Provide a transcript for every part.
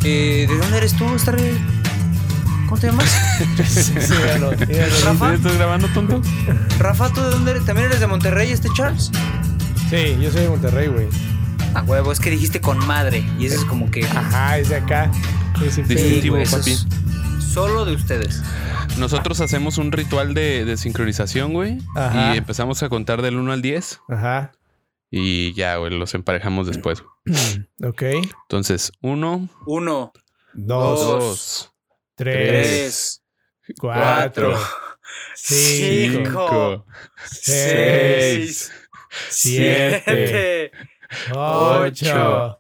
¿De dónde eres tú, Starry? ¿Cómo te llamas? ¿Rafa? ¿Estás grabando, tonto? Rafa, ¿tú de dónde eres? ¿También eres de Monterrey, Charles? Sí, yo soy de Monterrey, güey. A huevo, es que dijiste con madre. Y eso es como que... Ajá, es de acá. Definitivo, güey, papi. Solo de ustedes. Nosotros hacemos un ritual de sincronización, güey. Ajá. Y empezamos a contar del 1 al 10. Ajá. Y ya, güey, los emparejamos después. Ok. Entonces, 1, 2, 3, 4, 5, 6, 7, 8,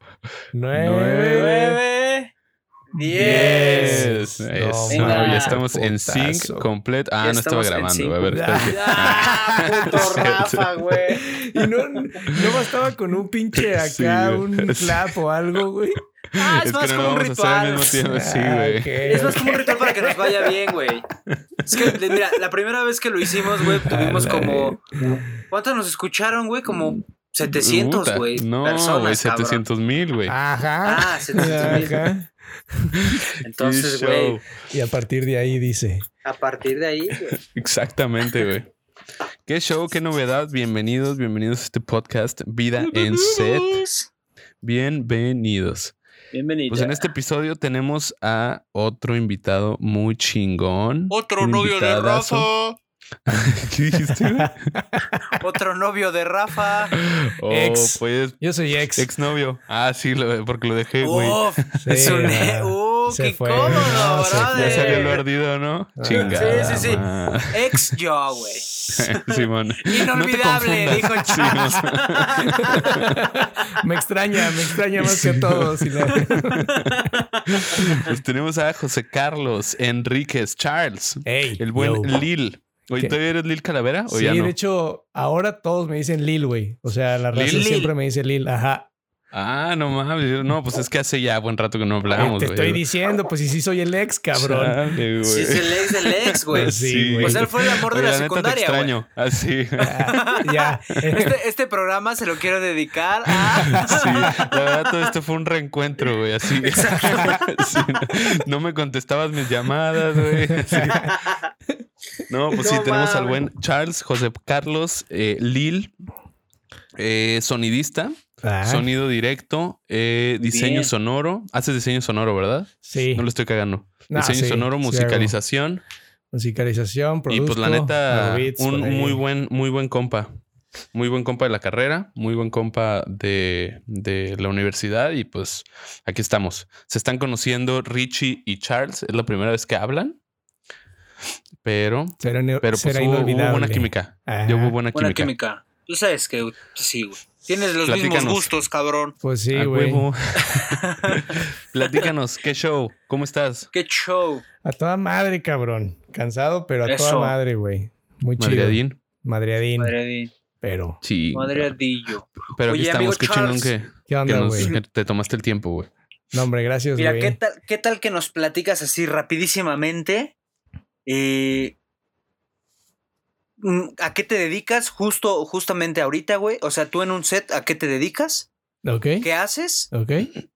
9, 10. Ya estamos en sync completo. Ah, no estaba grabando. A ver, puto Rafa, güey. Y no bastaba con un pinche acá, Sí, un clap o algo, güey. Es más que no como lo un vamos a hacer al ritual. mismo tiempo. Sí, güey. Okay. Es más como un ritual para que nos vaya bien, güey. Es que, mira, la primera vez que lo hicimos, güey, tuvimos como... ¿Cuántos nos escucharon, güey? Como 700, güey. No, personas, güey, cabrón. 700,000, güey. Ajá. 700,000. Ajá. Entonces, Qué güey, show. Y a partir de ahí dice... a partir de ahí, güey. Exactamente, güey. Qué show, qué novedad. Bienvenidos a este podcast Vida en Set. Bienvenidos. Bienvenido. Pues en este episodio tenemos a otro invitado muy chingón. Otro Un novio de invitadazo. Rafa. ¿Qué dijiste, güey? Otro novio de Rafa. Ex. Pues Yo soy ex. exnovio. Ah, sí, porque lo dejé, güey. Uf, es un... Se qué fue, cómodo, no, se brother. Ya salió lo ardido, ¿no? Chingada. Sí. ma. Ex yo, güey. Simón. Inolvidable, No te dijo confundas. Charles. Me extraña más que a todos. Pues tenemos a José Carlos Enríquez Charles. Ey, El buen yo. Lil. Oye, ¿Qué? ¿todavía eres Lil Calavera o Sí, ya no? de hecho, ahora todos me dicen Lil, güey. O sea, la raza Lil. siempre me dice Lil. Ajá. Ah, no mames. No, pues es que hace ya buen rato que no hablamos, Te güey. estoy diciendo, pues, y sí soy el ex, cabrón. Chale, güey. Sí, es el ex del ex, güey. Sí, güey. Pues él fue el amor de Oye, la neta te secundaria, güey. extraño. Así. Ya. Este programa se lo quiero dedicar a... Sí, la verdad todo esto fue un reencuentro, güey, así. Sí, no me contestabas mis llamadas, güey. Sí. No, pues sí, No tenemos al mames. buen Charles José Carlos Lil, sonidista, Ah, sonido directo, diseño Bien. sonoro. Haces diseño sonoro, ¿verdad? sí. No lo estoy cagando. No, Diseño sí, sonoro, sí musicalización. Musicalización, Y produzco, pues la neta, hago beats un por ahí. muy buen compa. Muy buen compa de la carrera, muy buen compa de la universidad y pues aquí estamos. Se están conociendo Richie y Charles, es la primera vez que hablan, pero Será pues hubo inolvidable. buena química. Ajá. Ya hubo buena Buena química. química. Tú sabes que sí, güey. Tienes los Platícanos. mismos gustos, cabrón. Pues sí, A güey. huevo. Platícanos, ¿qué show? ¿Cómo estás? Qué show. A toda madre, cabrón. Cansado, pero a Eso. toda madre, güey. Muy chido. Madriadín. Madriadín. Madre Pero. Sí. Madreadillo. Pero aquí Oye, estamos, amigo qué chingón Charles. ¿Qué que onda, güey? te tomaste el tiempo, güey. No, hombre, gracias, Mira, güey. ¿qué tal que nos platicas así rapidísimamente? ¿A qué te dedicas justamente ahorita, güey? O sea, tú en un set, ¿a qué te dedicas? Ok. ¿Qué haces? Ok.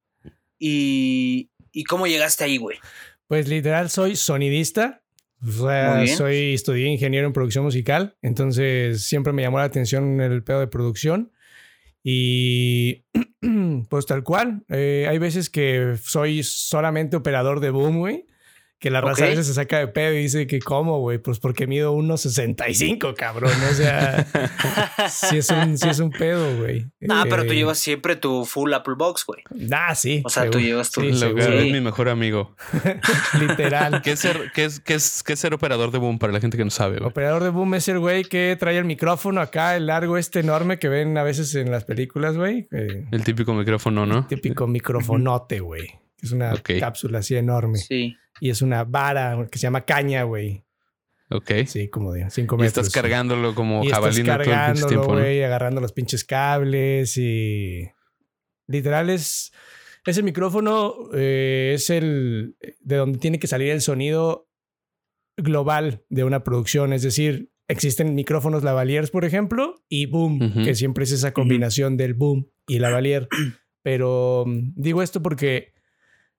¿Y cómo llegaste ahí, güey? Pues literal soy sonidista. O sea, Muy bien. estudié ingeniero en producción musical. Entonces siempre me llamó la atención el pedo de producción. Y pues tal cual. Hay veces que soy solamente operador de boom, güey. Que la raza Ok. a veces se saca de pedo y dice que ¿cómo, güey? Pues porque mido 1.65, cabrón. O sea, sí es un pedo, güey. Pero tú llevas siempre tu full Apple Box, güey. Sí. O sea, tú llevas tu... Sí, Lo seguro. es Sí. mi mejor amigo. Literal. ¿Qué es ser operador de boom para la gente que no sabe, güey? Operador de boom es el güey que trae el micrófono acá, el largo enorme que ven a veces en las películas, güey. El típico micrófono, ¿no? Típico microfonote, güey. Es una Ok. cápsula así enorme. Sí. Y es una vara que se llama caña, güey. Ok. Sí, como de 5 Y metros. estás cargándolo como y estás jabalina todo el pinche cargándolo, tiempo, ¿no? güey, agarrando los pinches cables y... Literal ese micrófono es el de donde tiene que salir el sonido global de una producción. Es decir, existen micrófonos lavaliers, por ejemplo, y boom, Ujú. que siempre es esa combinación del boom y lavalier. Pero digo esto porque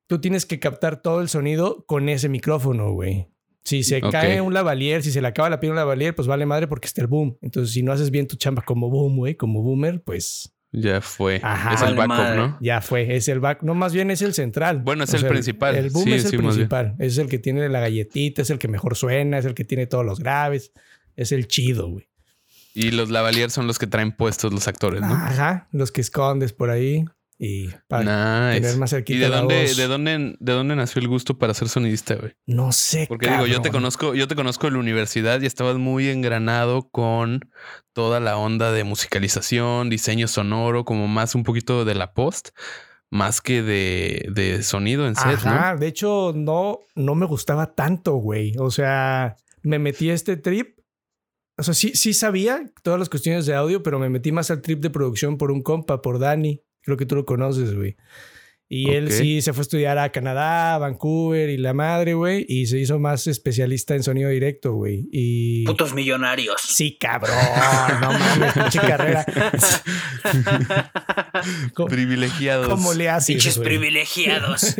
tú tienes que captar todo el sonido con ese micrófono, güey. Si se cae un lavalier, si se le acaba la pila a un lavalier, pues vale madre porque está el boom. Entonces, si no haces bien tu chamba como boom, güey, como boomer, pues... Ya fue. Ajá, es el backup, madre. ¿No? Ya fue. Es el backup. No, más bien es el central. Bueno, es el principal. El boom es el principal. Es el que tiene la galletita, es el que mejor suena, es el que tiene todos los graves. Es el chido, güey. Y los lavaliers son los que traen puestos los actores, ¿no? Ajá. Los que escondes por ahí. Y para tener más cerquita. ¿Y de dónde nació el gusto para ser sonidista, güey? No sé. Porque cabrón. Digo, yo te conozco de la universidad y estabas muy engranado con toda la onda de musicalización, diseño sonoro, como más un poquito de la post, más que de sonido en set, Ajá, ¿no? De hecho, no me gustaba tanto, güey. O sea, me metí a este trip. O sea, sí sabía todas las cuestiones de audio, pero me metí más al trip de producción por un compa, por Dani. Creo que tú lo conoces, güey. Y él sí se fue a estudiar a Canadá, a Vancouver y la madre, güey. Y se hizo más especialista en sonido directo, güey. Y... Putos millonarios. Sí, cabrón. No mames, pinche carrera. Privilegiados. ¿Cómo le haces, pinches privilegiados.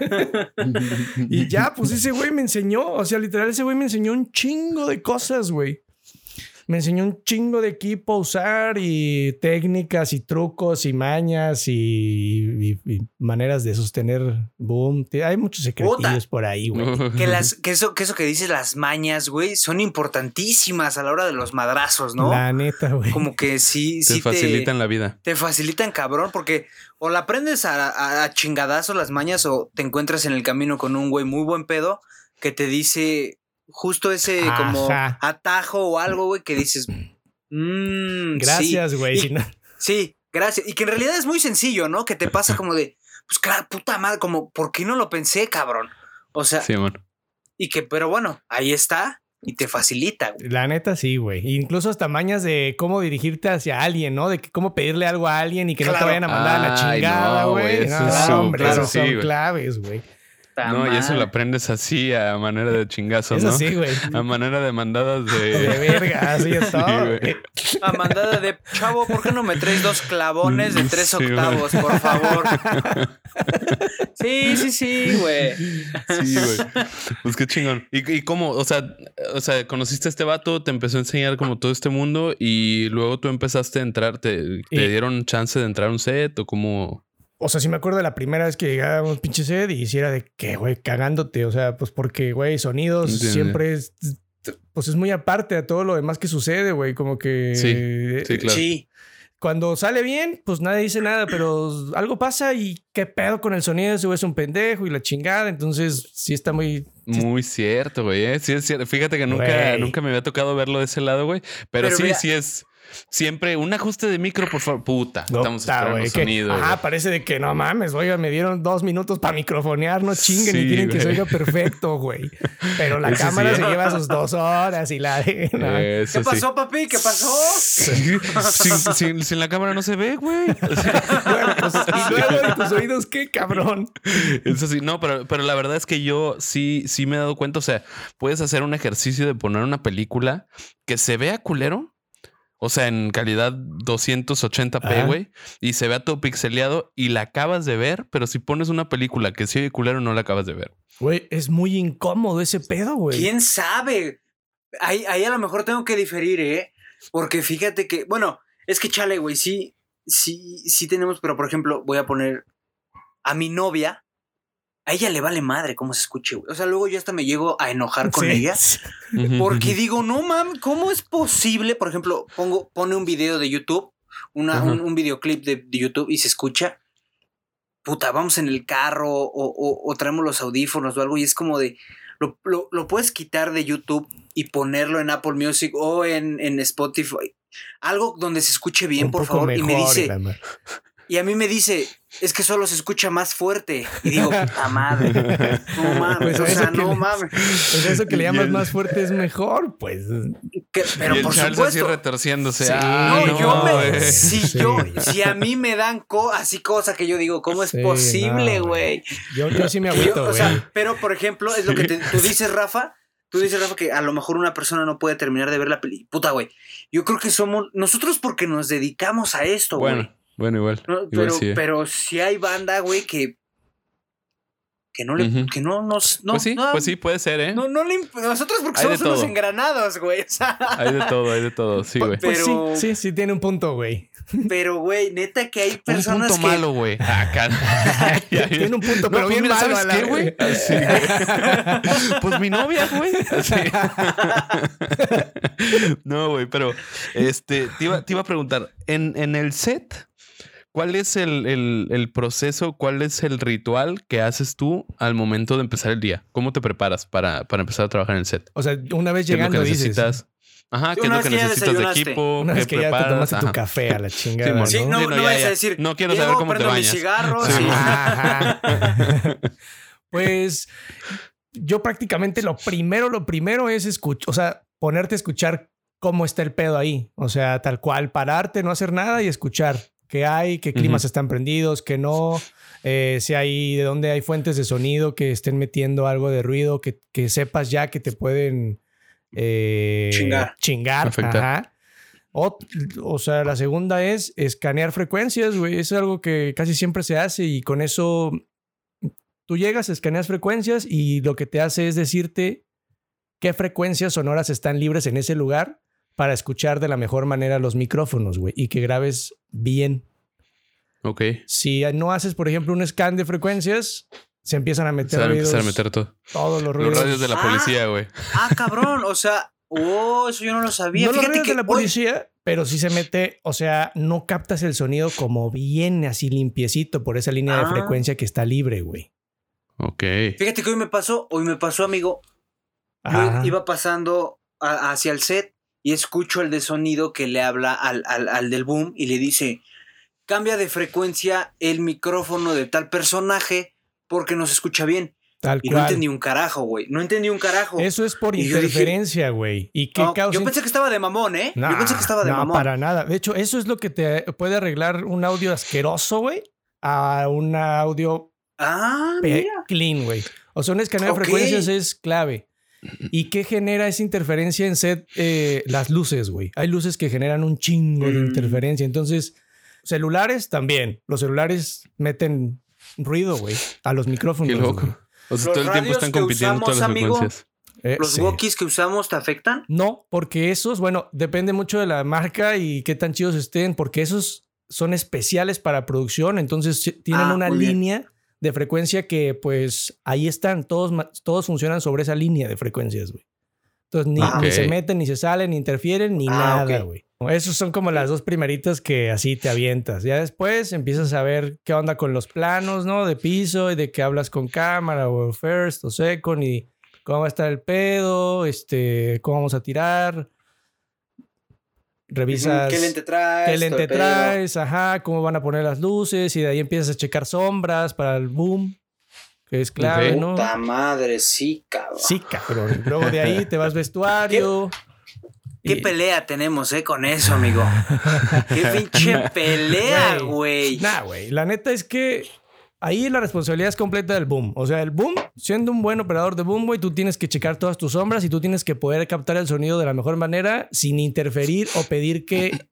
Y ya, pues ese güey me enseñó. O sea, literal, ese güey me enseñó un chingo de cosas, güey. Me enseñó un chingo de equipo a usar y técnicas y trucos y mañas y maneras de sostener boom. Hay muchos secretillos por ahí, güey. Que eso que dices, las mañas, güey, son importantísimas a la hora de los madrazos, ¿no? La neta, güey. Como que sí te facilitan la vida. Te facilitan, cabrón, porque o la aprendes a chingadazos las mañas o te encuentras en el camino con un güey muy buen pedo que te dice... Justo ese como atajo o algo, güey, que dices... gracias, güey. Sí. Sí, gracias. Y que en realidad es muy sencillo, ¿no? Que te pasa como de... Pues claro, puta madre, como... ¿Por qué no lo pensé, cabrón? O sea... Sí, bueno. Y que, pero bueno, ahí está y te facilita, güey. La neta, sí, güey. Incluso hasta mañas de cómo dirigirte hacia alguien, ¿no? De cómo pedirle algo a alguien y que no te vayan a mandar a la chingada, güey. Esos son claves, güey. No, y eso lo aprendes así a manera de chingazos, eso ¿no? Sí, güey. A manera de mandadas de... De verga, así es todo. Sí, a mandada de, chavo, ¿por qué no me traes 2 clavones de 3 octavos, por favor? Sí, güey. Sí, güey. Pues qué chingón. ¿Y cómo? O sea, conociste a este vato, te empezó a enseñar como todo este mundo y luego tú empezaste a entrar, ¿te dieron chance de entrar a un set o cómo...? O sea, sí me acuerdo de la primera vez que llegaba a un pinche set y hiciera de que, güey, cagándote. O sea, pues porque, güey, sonidos siempre es... Pues es muy aparte a todo lo demás que sucede, güey. Como que... Sí, claro. Sí. Cuando sale bien, pues nadie dice nada, pero algo pasa y qué pedo con el sonido. Ese güey es un pendejo y la chingada. Entonces, sí está muy... Muy cierto, güey. Sí es cierto. Fíjate que nunca me había tocado verlo de ese lado, güey. Pero sí, mira, sí es... Siempre un ajuste de micro, por favor. Puta, estamos esperando sonido. Ajá, parece de que no mames, oiga, me dieron 2 minutos para microfonear, no chinguen y quieren que se oiga perfecto, güey. Pero la cámara se lleva sus 2 horas y la... ¿Qué pasó, papi? ¿Qué pasó? Sin la cámara no se ve, güey. Bueno, pues, y luego de tus oídos, ¿qué, cabrón? Eso sí, no, pero la verdad es que yo sí me he dado cuenta. O sea, puedes hacer un ejercicio de poner una película que se vea culero. O sea, en calidad 280p, güey. Y se vea todo pixeleado y la acabas de ver. Pero si pones una película que se oye culero, no la acabas de ver. Güey, es muy incómodo ese pedo, güey. ¿Quién sabe? Ahí a lo mejor tengo que diferir, ¿eh? Porque fíjate que... Bueno, es que chale, güey. Sí tenemos... Pero, por ejemplo, voy a poner a mi novia... A ella le vale madre cómo se escuche, güey. O sea, luego yo hasta me llego a enojar con ella. Porque digo, no mames, ¿cómo es posible? Por ejemplo, pone un video de YouTube, un videoclip de YouTube y se escucha. Puta, vamos en el carro o traemos los audífonos o algo y es como de... Lo puedes quitar de YouTube y ponerlo en Apple Music o en Spotify. Algo donde se escuche bien, por favor. Y me dice... Y a mí me dice, es que solo se escucha más fuerte. Y digo, puta madre. No mames, pues no mames. Pues eso que le llamas más fuerte es mejor, pues. Pero y por Charles supuesto. así retorciéndose. Sí. Si a mí me dan así cosas que yo digo, ¿cómo es posible, güey? Yo sí me agüito, güey. O sea, pero por ejemplo, es lo que tú dices, Rafa. Tú dices, Rafa, que a lo mejor una persona no puede terminar de ver la película. Puta, güey. Yo creo que somos nosotros porque nos dedicamos a esto, güey. Bueno, igual. No, igual sí, pero si hay banda, güey, que que no le, Ujú. que no nos, no, Pues sí, puede ser, ¿eh? nosotros porque Hay de somos unos todo. engranados, güey. O sea, Hay de todo, sí, güey. Pues Pero- sí, tiene un punto, güey. pero, güey, neta que hay Un personas punto que... malo, güey. Acá. Tiene un punto, pero pues bien mira, malo ¿sabes a la qué, güey? Así, güey. Pues mi novia, güey. Así. No, güey, pero te iba a preguntar, en el set, ¿cuál es el proceso, cuál es el ritual que haces tú al momento de empezar el día? ¿Cómo te preparas para empezar a trabajar en el set? O sea, una vez ¿Qué es lo llegando que dices. necesitas? Ajá, ¿qué es Una lo que vez que ya necesitas de desayunaste. equipo? Una vez ¿Qué que ya te preparas? tomaste tu Ajá. café a la chingada. Simón. Sí, no, Sí, no, no ya, vayas ya. a decir, No quiero llego, saber cómo te prendo mis bañas. cigarros. Sí, y- mon. Ajá. Pues yo prácticamente lo primero es escuchar, o sea, ponerte a escuchar cómo está el pedo ahí. O sea, tal cual, pararte, no hacer nada y escuchar qué hay, qué climas Ujú. están prendidos, qué no, si hay, de dónde hay fuentes de sonido que estén metiendo algo de ruido, que sepas ya que te pueden chingar. Afectar. Ajá. O sea, la segunda es escanear frecuencias, güey. Es algo que casi siempre se hace y con eso tú llegas, escaneas frecuencias y lo que te hace es decirte qué frecuencias sonoras están libres en ese lugar para escuchar de la mejor manera los micrófonos, güey, y que grabes bien. Ok. Si no haces, por ejemplo, un scan de frecuencias, se empiezan a Se meter van a ruidos, empezar a meter todo. todos los Los ruidos. radios de la Ah. policía, güey. Ah, cabrón, o sea, eso yo no lo sabía. No los Fíjate ruidos que de la hoy- policía, pero sí se mete, o sea, no captas el sonido como viene así limpiecito por esa línea de Ah. frecuencia que está libre, güey. Ok. Fíjate que hoy me pasó, amigo. Yo Ah. iba pasando hacia el set y escucho el de sonido que le habla al del boom y le dice, cambia de frecuencia el micrófono de tal personaje porque no se escucha bien. Tal Y cual. no entendí un carajo, güey. No entendí un carajo. Eso es por Y yo dije- interferencia, güey. ¿Y qué No, causa? yo pensé que estaba de mamón, ¿eh? Nah, yo pensé que estaba de no, mamón. para nada. De hecho, eso es lo que te puede arreglar un audio asqueroso, güey, a un audio Ah, mira. clean, güey. O sea, un escaneo Ok. de frecuencias es clave. ¿Y qué genera esa interferencia en set? Las luces, güey. Hay luces que generan un chingo de interferencia. Entonces, celulares también. Los celulares meten ruido, güey, a los micrófonos. Qué loco. güey. O sea, Los todo el tiempo radios están que compitiendo todas las usamos, amigo, frecuencias. ¿Los Sí. walkies que usamos te afectan? No, porque esos, bueno, depende mucho de la marca y qué tan chidos estén, porque esos son especiales para producción, entonces tienen Ah, una muy bien. línea de frecuencia que pues ahí están, todos funcionan sobre esa línea de frecuencias, güey. Entonces ni Ok. se meten, ni se salen, ni interfieren, ni Ah, nada, ok. güey. Esos son como las dos primeritas que así te avientas. Ya después empiezas a ver qué onda con los planos, ¿no? De piso y de que hablas con cámara o first o second y cómo va a estar el pedo, cómo vamos a tirar. Revisas ¿Qué lente traes? qué Todo lente el pedo. traes, ajá, cómo van a poner las luces y de ahí empiezas a checar sombras para el boom, que es clave, Ok. ¿no? Puta madre, sí, cabrón. Sí, cabrón. Luego de ahí te vas vestuario. ¿Qué y- pelea tenemos, con eso, amigo? ¿Qué pinche pelea, güey? Nah, güey. La neta es que ahí la responsabilidad es completa del boom. O sea, el boom, siendo un buen operador de boom, güey, tú tienes que checar todas tus sombras y tú tienes que poder captar el sonido de la mejor manera sin interferir o pedir que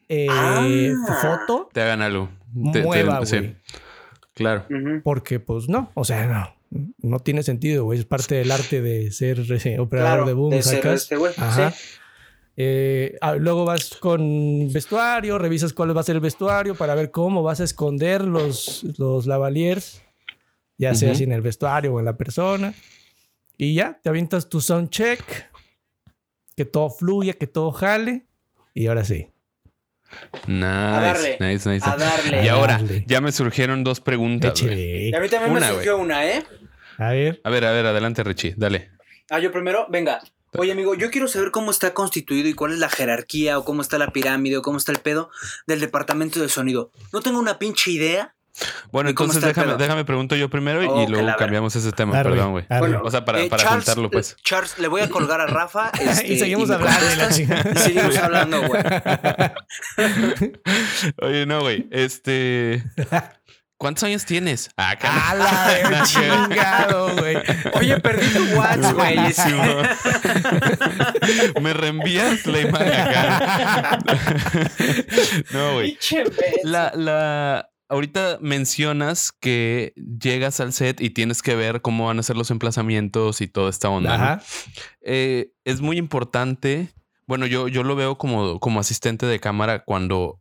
foto Te hagan algo. mueva, sí. güey. Claro. Ujú. Porque, pues, no. O sea, no tiene sentido, güey. Es parte del arte de ser operador Claro, de boom. de ser ¿sacas? güey. Ajá. Sí. Luego vas con vestuario, revisas cuál va a ser el vestuario para ver cómo vas a esconder los lavaliers, ya sea Ujú. si en el vestuario o en la persona. Y ya, te avientas tu sound check, que todo fluya, que todo jale. Y ahora sí. Nice, nice. A darle. Y ahora, darle. ya me surgieron dos preguntas, güey. Échale. Y a mí también Una, me surgió una, ¿eh? A ver. A ver, adelante, Richie. Dale. Ah, yo primero, venga. Oye, amigo, yo quiero saber cómo está constituido y cuál es la jerarquía o cómo está la pirámide o cómo está el pedo del departamento de sonido. No tengo una pinche idea. Bueno, ¿Y cómo entonces está el pedo? déjame pregunto yo primero Oh, y que luego la cambiamos ese tema. Arre, Perdón, güey. arre. O sea, para Charles, contarlo, pues. Charles, le voy a colgar a Rafa. Y seguimos me hablando. de la contestas chingada. y seguimos hablando, güey. Oye, no, güey. ¿Cuántos años tienes? Ah, ¡A la de chingado, güey! Oye, perdí tu WhatsApp, güey. Buenísimo. ¿Me reenvías la imagen acá? No, güey. Pinche vez. ahorita mencionas que llegas al set y tienes que ver cómo van a ser los emplazamientos y toda esta onda, ¿no? Ajá. Es muy importante. Bueno, yo lo veo como asistente de cámara cuando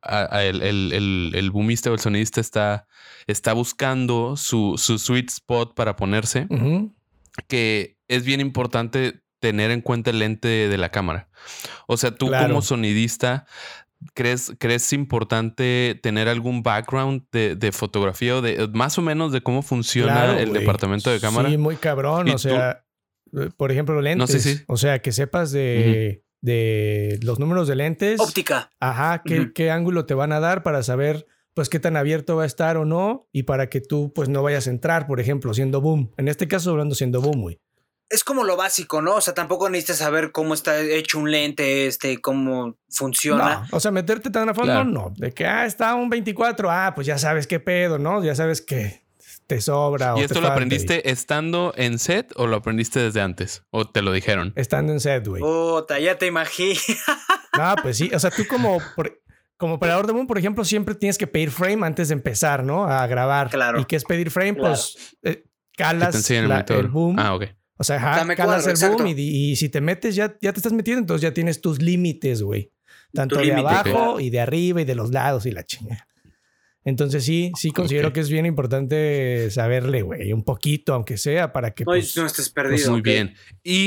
el boomista o el sonidista está buscando su sweet spot para ponerse, Ujú. que es bien importante tener en cuenta el lente de la cámara. O sea, tú Claro. como sonidista, ¿crees importante tener algún background de fotografía o de más o menos de cómo funciona Claro, el güey. departamento de cámara? Sí, muy cabrón. ¿Y O sea, por ejemplo, lentes. No, sí. O sea, que sepas de los números de lentes. Óptica. Ajá, qué ángulo te van a dar para saber pues qué tan abierto va a estar o no y para que tú pues no vayas a entrar, por ejemplo, siendo boom. En este caso hablando siendo boom, güey. Es como lo básico, ¿no? O sea, tampoco necesitas saber cómo está hecho un lente, cómo funciona. No, o sea, meterte tan a fondo, Claro. no. De que, está un 24, pues ya sabes qué pedo, ¿no? Ya sabes que te sobra o ¿Y te esto lo falta. aprendiste estando en set o lo aprendiste desde antes? ¿O te lo dijeron? Estando en set, güey. Puta, ya te imagino. No, pues sí. O sea, tú como operador de boom, por ejemplo, siempre tienes que pedir frame antes de empezar, ¿no? A grabar. Claro. ¿Y qué es pedir frame? Claro. Pues Que te calas enseñen el monitor. el boom. Ok. O sea, Dame calas cuadro, el boom exacto. y si te metes ya te estás metiendo, entonces ya tienes tus límites, güey. Tanto Tu de límite, abajo claro. y de arriba y de los lados y la chinga. Entonces sí considero Ok. que es bien importante saberle, güey, un poquito, aunque sea, para que No, pues, no estés perdido. Pues muy ¿ok? bien.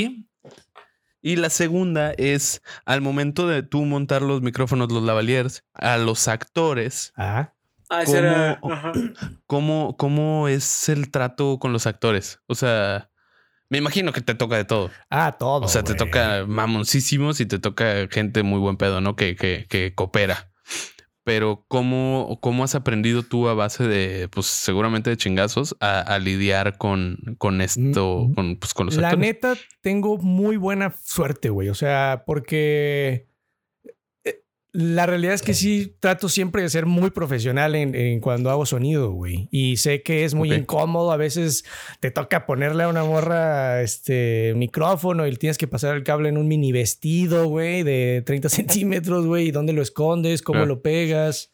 Y la segunda es al momento de tú montar los micrófonos, los lavaliers, a los actores, Ese era. ¿Cómo- Ajá. ¿cómo es el trato con los actores? O sea, me imagino que te toca de todo. todo. O sea, te güey. toca mamoncísimos y te toca gente muy buen pedo, ¿no? Que coopera. Pero ¿cómo has aprendido tú a base de, pues seguramente de chingazos, a lidiar con esto, con los La actores? neta, tengo muy buena suerte, güey. O sea, porque la realidad es que sí trato siempre de ser muy profesional en cuando hago sonido, güey. Y sé que es muy Ok. incómodo. A veces te toca ponerle a una morra micrófono y tienes que pasar el cable en un mini vestido, güey, de 30 centímetros, güey. ¿Y dónde lo escondes? ¿Cómo Claro. lo pegas?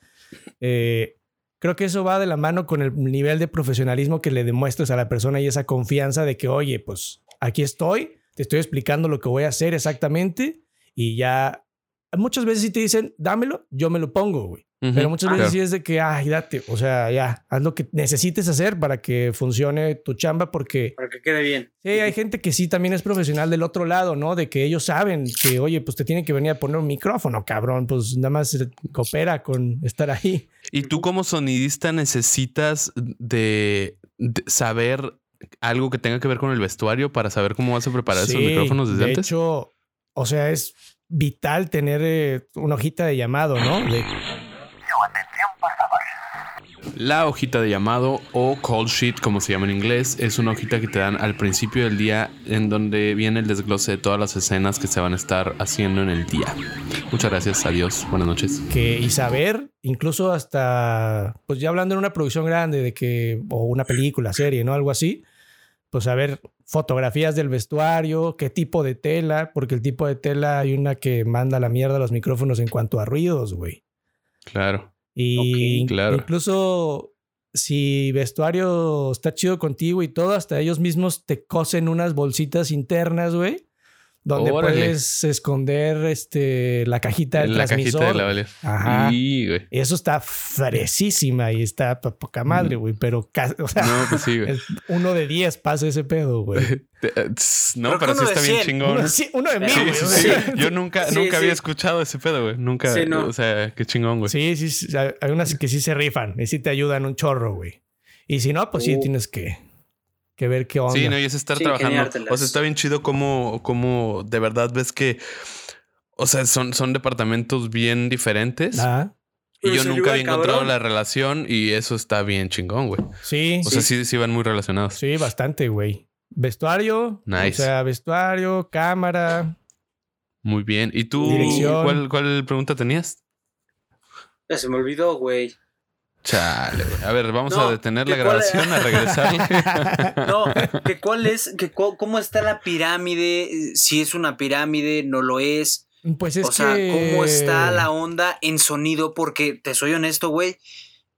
Creo que eso va de la mano con el nivel de profesionalismo que le demuestres a la persona y esa confianza de que, oye, pues aquí estoy, te estoy explicando lo que voy a hacer exactamente y ya muchas veces sí te dicen, dámelo, yo me lo pongo, güey. Ujú, Pero muchas veces claro. sí es de que, date, o sea, ya, haz lo que necesites hacer para que funcione tu chamba porque Para que quede bien. sí, hay gente que sí también es profesional del otro lado, ¿no? De que ellos saben que, oye, pues te tienen que venir a poner un micrófono, cabrón, pues nada más coopera con estar ahí. Y tú como sonidista necesitas de saber algo que tenga que ver con el vestuario para saber cómo vas a preparar esos Sí, micrófonos desde de antes. hecho, o sea, es vital tener una hojita de llamado, ¿no? La hojita de llamado o call sheet, como se llama en inglés, es una hojita que te dan al principio del día en donde viene el desglose de todas las escenas que se van a estar haciendo en el día. Muchas gracias, adiós, buenas noches. Y saber, incluso hasta, pues ya hablando en una producción grande o una película, serie, ¿no? Algo así, pues saber fotografías del vestuario, qué tipo de tela, porque el tipo de tela hay una que manda a la mierda los micrófonos en cuanto a ruidos, güey. Claro. Y claro. incluso si vestuario está chido contigo y todo, hasta ellos mismos te cosen unas bolsitas internas, güey, donde Órale. puedes esconder la cajita del La transmisor. cajita de la Valier. Ajá. Y, güey. Eso está fresísima y está poca madre, güey, pero o sea, No, pues sí, güey. es 1 de 10 pasa ese pedo, güey. No, Creo que pero sí uno está de bien 100. chingón. Uno de 1000, Sí, güey. sí, o sí. sea. Yo nunca Sí, había sí. escuchado ese pedo, güey. Nunca. Sí, no. O sea, qué chingón, güey. Sí, hay unas que sí se rifan y sí te ayudan un chorro, güey. Y si no, pues sí tienes que ver qué onda. Sí, no, y es estar Sí, trabajando. geniártelas. O sea, está bien chido como de verdad ves que, o sea, son departamentos bien diferentes. Ah, Y Pero yo se nunca ayuda, había encontrado cabrón. la relación y eso está bien chingón, güey. sí, O sea, sí van muy relacionados. sí, bastante, güey. Vestuario, Nice. o sea, vestuario, cámara. Muy bien. ¿Y tú Dirección. cuál pregunta tenías? Ya se me olvidó, güey. Chale, güey. A ver, vamos No, a detener la ¿qué cuál grabación, a regresar. No, que cuál es, cómo está la pirámide, si es una pirámide, no lo es. Pues es O sea, que... cómo está la onda en sonido, porque te soy honesto, güey.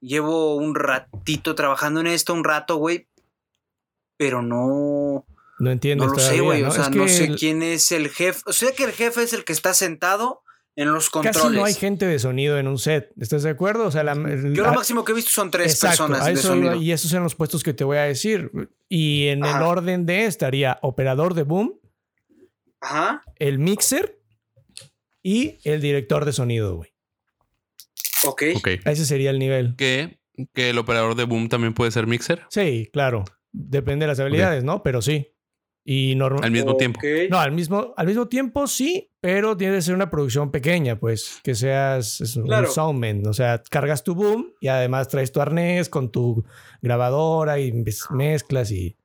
llevo un ratito trabajando en esto, un rato, güey, pero no entiendes lo todavía, sé, güey. ¿no? O sea, Es que no sé quién es el jefe. O sea, que el jefe es el que está sentado en los controles. casi no hay gente de sonido en un set. ¿Estás de acuerdo? O sea, yo lo máximo que he visto son 3 personas de sonido. Y esos son los puestos que te voy a decir. Y en el orden de estaría operador de boom, el mixer y el director de sonido, güey. Ok. Ese sería el nivel. ¿Que el operador de boom también puede ser mixer? Sí, claro. Depende de las habilidades, ¿no? Pero sí. Y al mismo tiempo. No, al mismo tiempo sí, pero tiene que ser una producción pequeña, pues, que seas un soundman. O sea, cargas tu boom y además traes tu arnés con tu grabadora y mezclas y...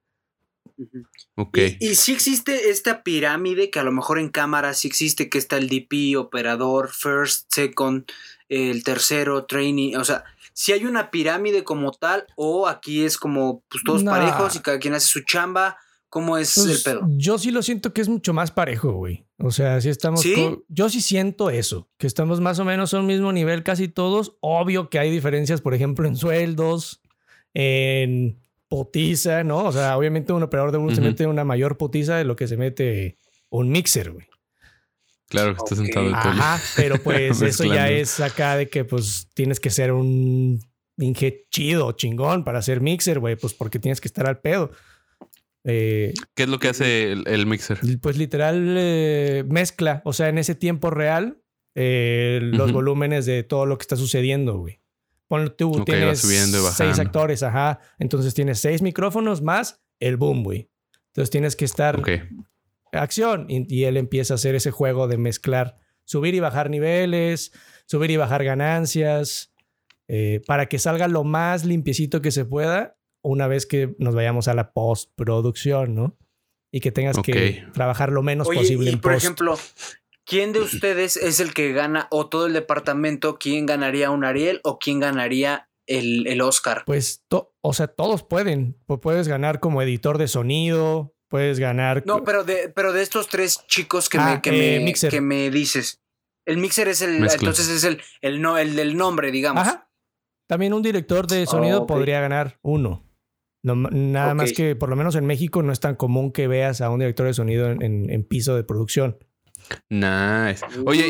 Ok. Y sí existe esta pirámide que a lo mejor en cámara sí existe, que está el DP, operador, first, second, el tercero, trainee. O sea, si hay una pirámide como tal, o aquí es como pues todos parejos y cada quien hace su chamba. ¿Cómo es el pedo? Yo sí lo siento que es mucho más parejo, güey. O sea, si estamos... ¿Sí? Yo sí siento eso, que estamos más o menos a un mismo nivel casi todos. Obvio que hay diferencias, por ejemplo, en sueldos, en potiza, ¿no? O sea, obviamente un operador de boom se mete una mayor potiza de lo que se mete un mixer, güey. Claro que está sentado el tuyo. Ajá, pero pues eso ya es acá de que pues tienes que ser un inge chido, chingón para ser mixer, güey, pues porque tienes que estar al pedo. ¿Qué es lo que hace el mixer? Pues literal mezcla, o sea, en ese tiempo real, los volúmenes de todo lo que está sucediendo, güey. Ponle tú, tienes 6 actores, entonces tienes 6 micrófonos más el boom, güey. Entonces tienes que estar acción y él empieza a hacer ese juego de mezclar, subir y bajar niveles, subir y bajar ganancias, para que salga lo más limpiecito que se pueda una vez que nos vayamos a la postproducción, ¿no? Y que tengas que trabajar lo menos posible. Y por ejemplo, ¿quién de ustedes es el que gana, o todo el departamento, quién ganaría un Ariel o quién ganaría el Oscar? Pues, o sea, todos pueden. Puedes ganar como editor de sonido, puedes ganar... No, pero de estos 3 chicos que me dices. El mixer es entonces es el del nombre, digamos. Ajá. También un director de sonido podría ganar 1. No, nada más que, por lo menos en México, no es tan común que veas a un director de sonido en piso de producción. Nice. Oye,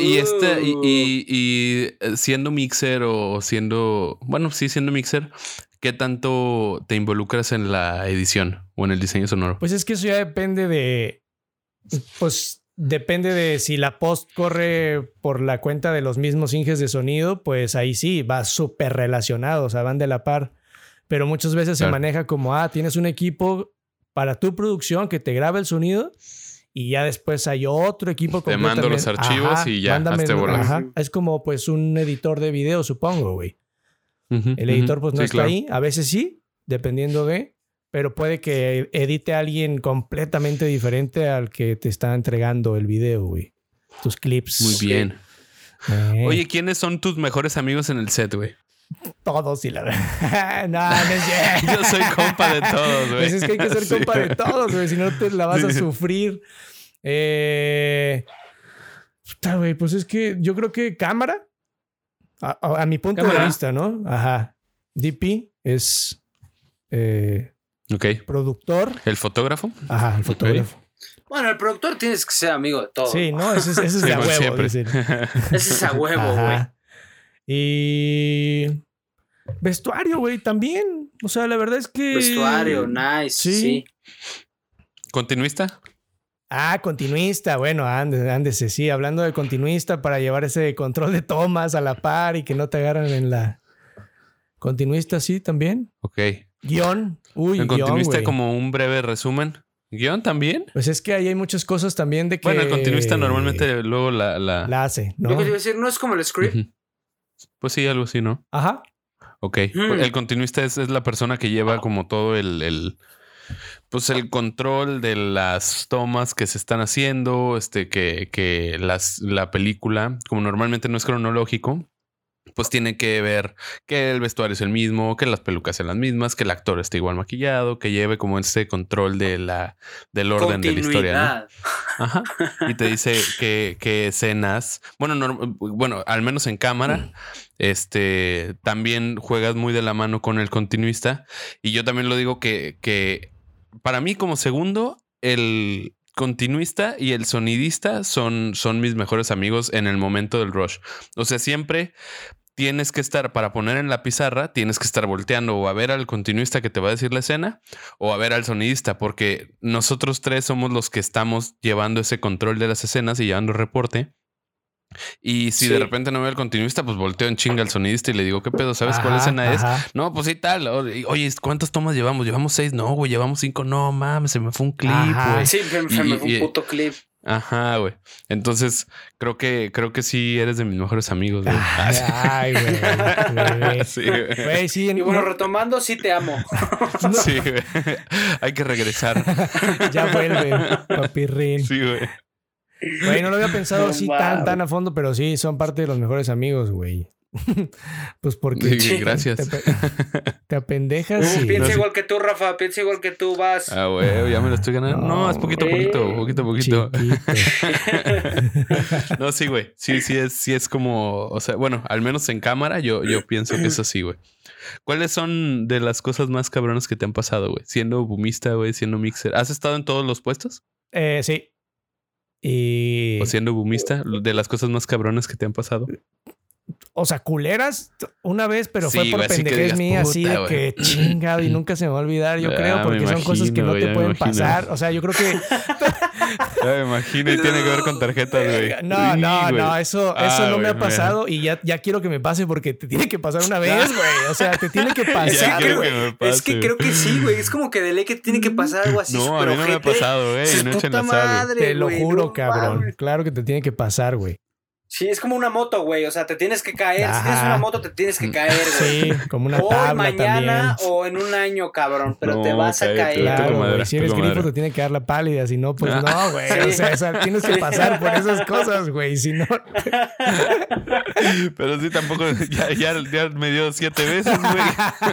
y siendo mixer o siendo... Bueno, sí, siendo mixer, ¿qué tanto te involucras en la edición o en el diseño sonoro? Pues es que eso ya depende de... Pues depende de si la post corre por la cuenta de los mismos inges de sonido, pues ahí sí, va súper relacionado, o sea, van de la par. Pero muchas veces se maneja como, tienes un equipo para tu producción que te graba el sonido y ya después hay otro equipo. Te mando los archivos y ya, hazte volar. Es como pues un editor de video, supongo, güey. El editor pues no está ahí. A veces sí, dependiendo de... Pero puede que edite a alguien completamente diferente al que te está entregando el video, güey. Tus clips. Muy bien. Oye, ¿quiénes son tus mejores amigos en el set, güey? Todos, y la verdad. No es cierto. Yo soy compa de todos, güey. Pues es que hay que ser compa de todos, güey. Si no te la vas a sufrir. Güey, pues es que yo creo que cámara. A mi punto de vista, ¿no? Ajá. DP es productor. ¿El fotógrafo? Ajá, el fotógrafo. Bueno, el productor tienes que ser amigo de todos. Sí, ¿no? Ese es de a huevo. Ese es a huevo, güey. Y vestuario, güey, también. O sea, la verdad es que... Vestuario, nice, sí. ¿Continuista? Continuista. Bueno, ándese, sí. Hablando de continuista para llevar ese control de tomas a la par y que no te agarran en la... Continuista, sí, también. Ok. Guión. ¿En continuista güey. Como un breve resumen? ¿Guión también? Pues es que ahí hay muchas cosas también de que... Bueno, el continuista normalmente luego la hace, ¿no? Yo quería decir, ¿no es como el script? Pues sí, algo así, ¿no? Ajá. Ok. El continuista es la persona que lleva como todo pues el control de las tomas que se están haciendo, que la película, como normalmente no es cronológico, pues tiene que ver que el vestuario es el mismo, que las pelucas sean las mismas, que el actor esté igual maquillado, que lleve como ese control del orden de la historia, ¿no? Ajá. Y te dice que escenas, bueno, al menos en cámara, también juegas muy de la mano con el continuista. Y yo también lo digo que para mí como segundo, el continuista y el sonidista son mis mejores amigos en el momento del rush. O sea, siempre tienes que estar, para poner en la pizarra, tienes que estar volteando o a ver al continuista que te va a decir la escena o a ver al sonidista, porque nosotros tres somos los que estamos llevando ese control de las escenas y llevando reporte. Y si de repente no veo al continuista, pues volteo en chinga al sonidista y le digo, ¿qué pedo? ¿Sabes cuál escena es? No, pues sí, tal. Oye, ¿cuántas tomas llevamos? ¿Llevamos 6? No, güey, llevamos 5. No, mames, se me fue un clip, güey. Sí, se me fue un puto clip. Ajá, güey. Entonces, creo que sí eres de mis mejores amigos, güey. Ay, güey. Sí, güey. Güey, sí. Y bueno, retomando, sí te amo. Sí, güey. Hay que regresar. Ya vuelve, papirrín. Sí, güey. Güey, no lo había pensado así tan a fondo, pero sí, son parte de los mejores amigos, güey. Pues porque... Sí, gracias. Te apendejas y... Piensa igual que tú, Rafa. Piensa igual que tú, vas. Ah, güey, ya me lo estoy ganando. No, es poquito. No, sí, güey. Sí es como... O sea, bueno, al menos en cámara yo pienso que es así, güey. ¿Cuáles son de las cosas más cabronas que te han pasado, güey? Siendo boomista, güey, siendo mixer. ¿Has estado en todos los puestos? Sí. Y... O siendo boomista, de las cosas más cabronas que te han pasado. O sea, culeras una vez, pero sí, fue por pendejez mía, así de que chingado y nunca se me va a olvidar, yo creo, porque son cosas que no te pueden pasar. O sea, yo creo que... Ya me imagino, y tiene que ver con tarjetas, güey. No, eso no me ha pasado y ya quiero que me pase porque te tiene que pasar una vez, güey. O sea, te tiene que pasar, güey. Es que creo que sí, güey. Es como que de ley que tiene que pasar algo así. No, a mí no me ha pasado, güey. No echen la sal. Te lo juro, cabrón. Claro que te tiene que pasar, güey. Sí, es como una moto, güey. O sea, te tienes que caer. Si tienes una moto, te tienes que caer, güey. Sí, como una tabla mañana también. o en un año, cabrón. Pero te vas a caer. Claro, güey. Si eres grifo, te tiene que dar la pálida. Si no, pues no, güey. Sí. O sea, tienes que pasar por esas cosas, güey. Si no... Pero sí, tampoco... Ya me dio 7 veces, güey.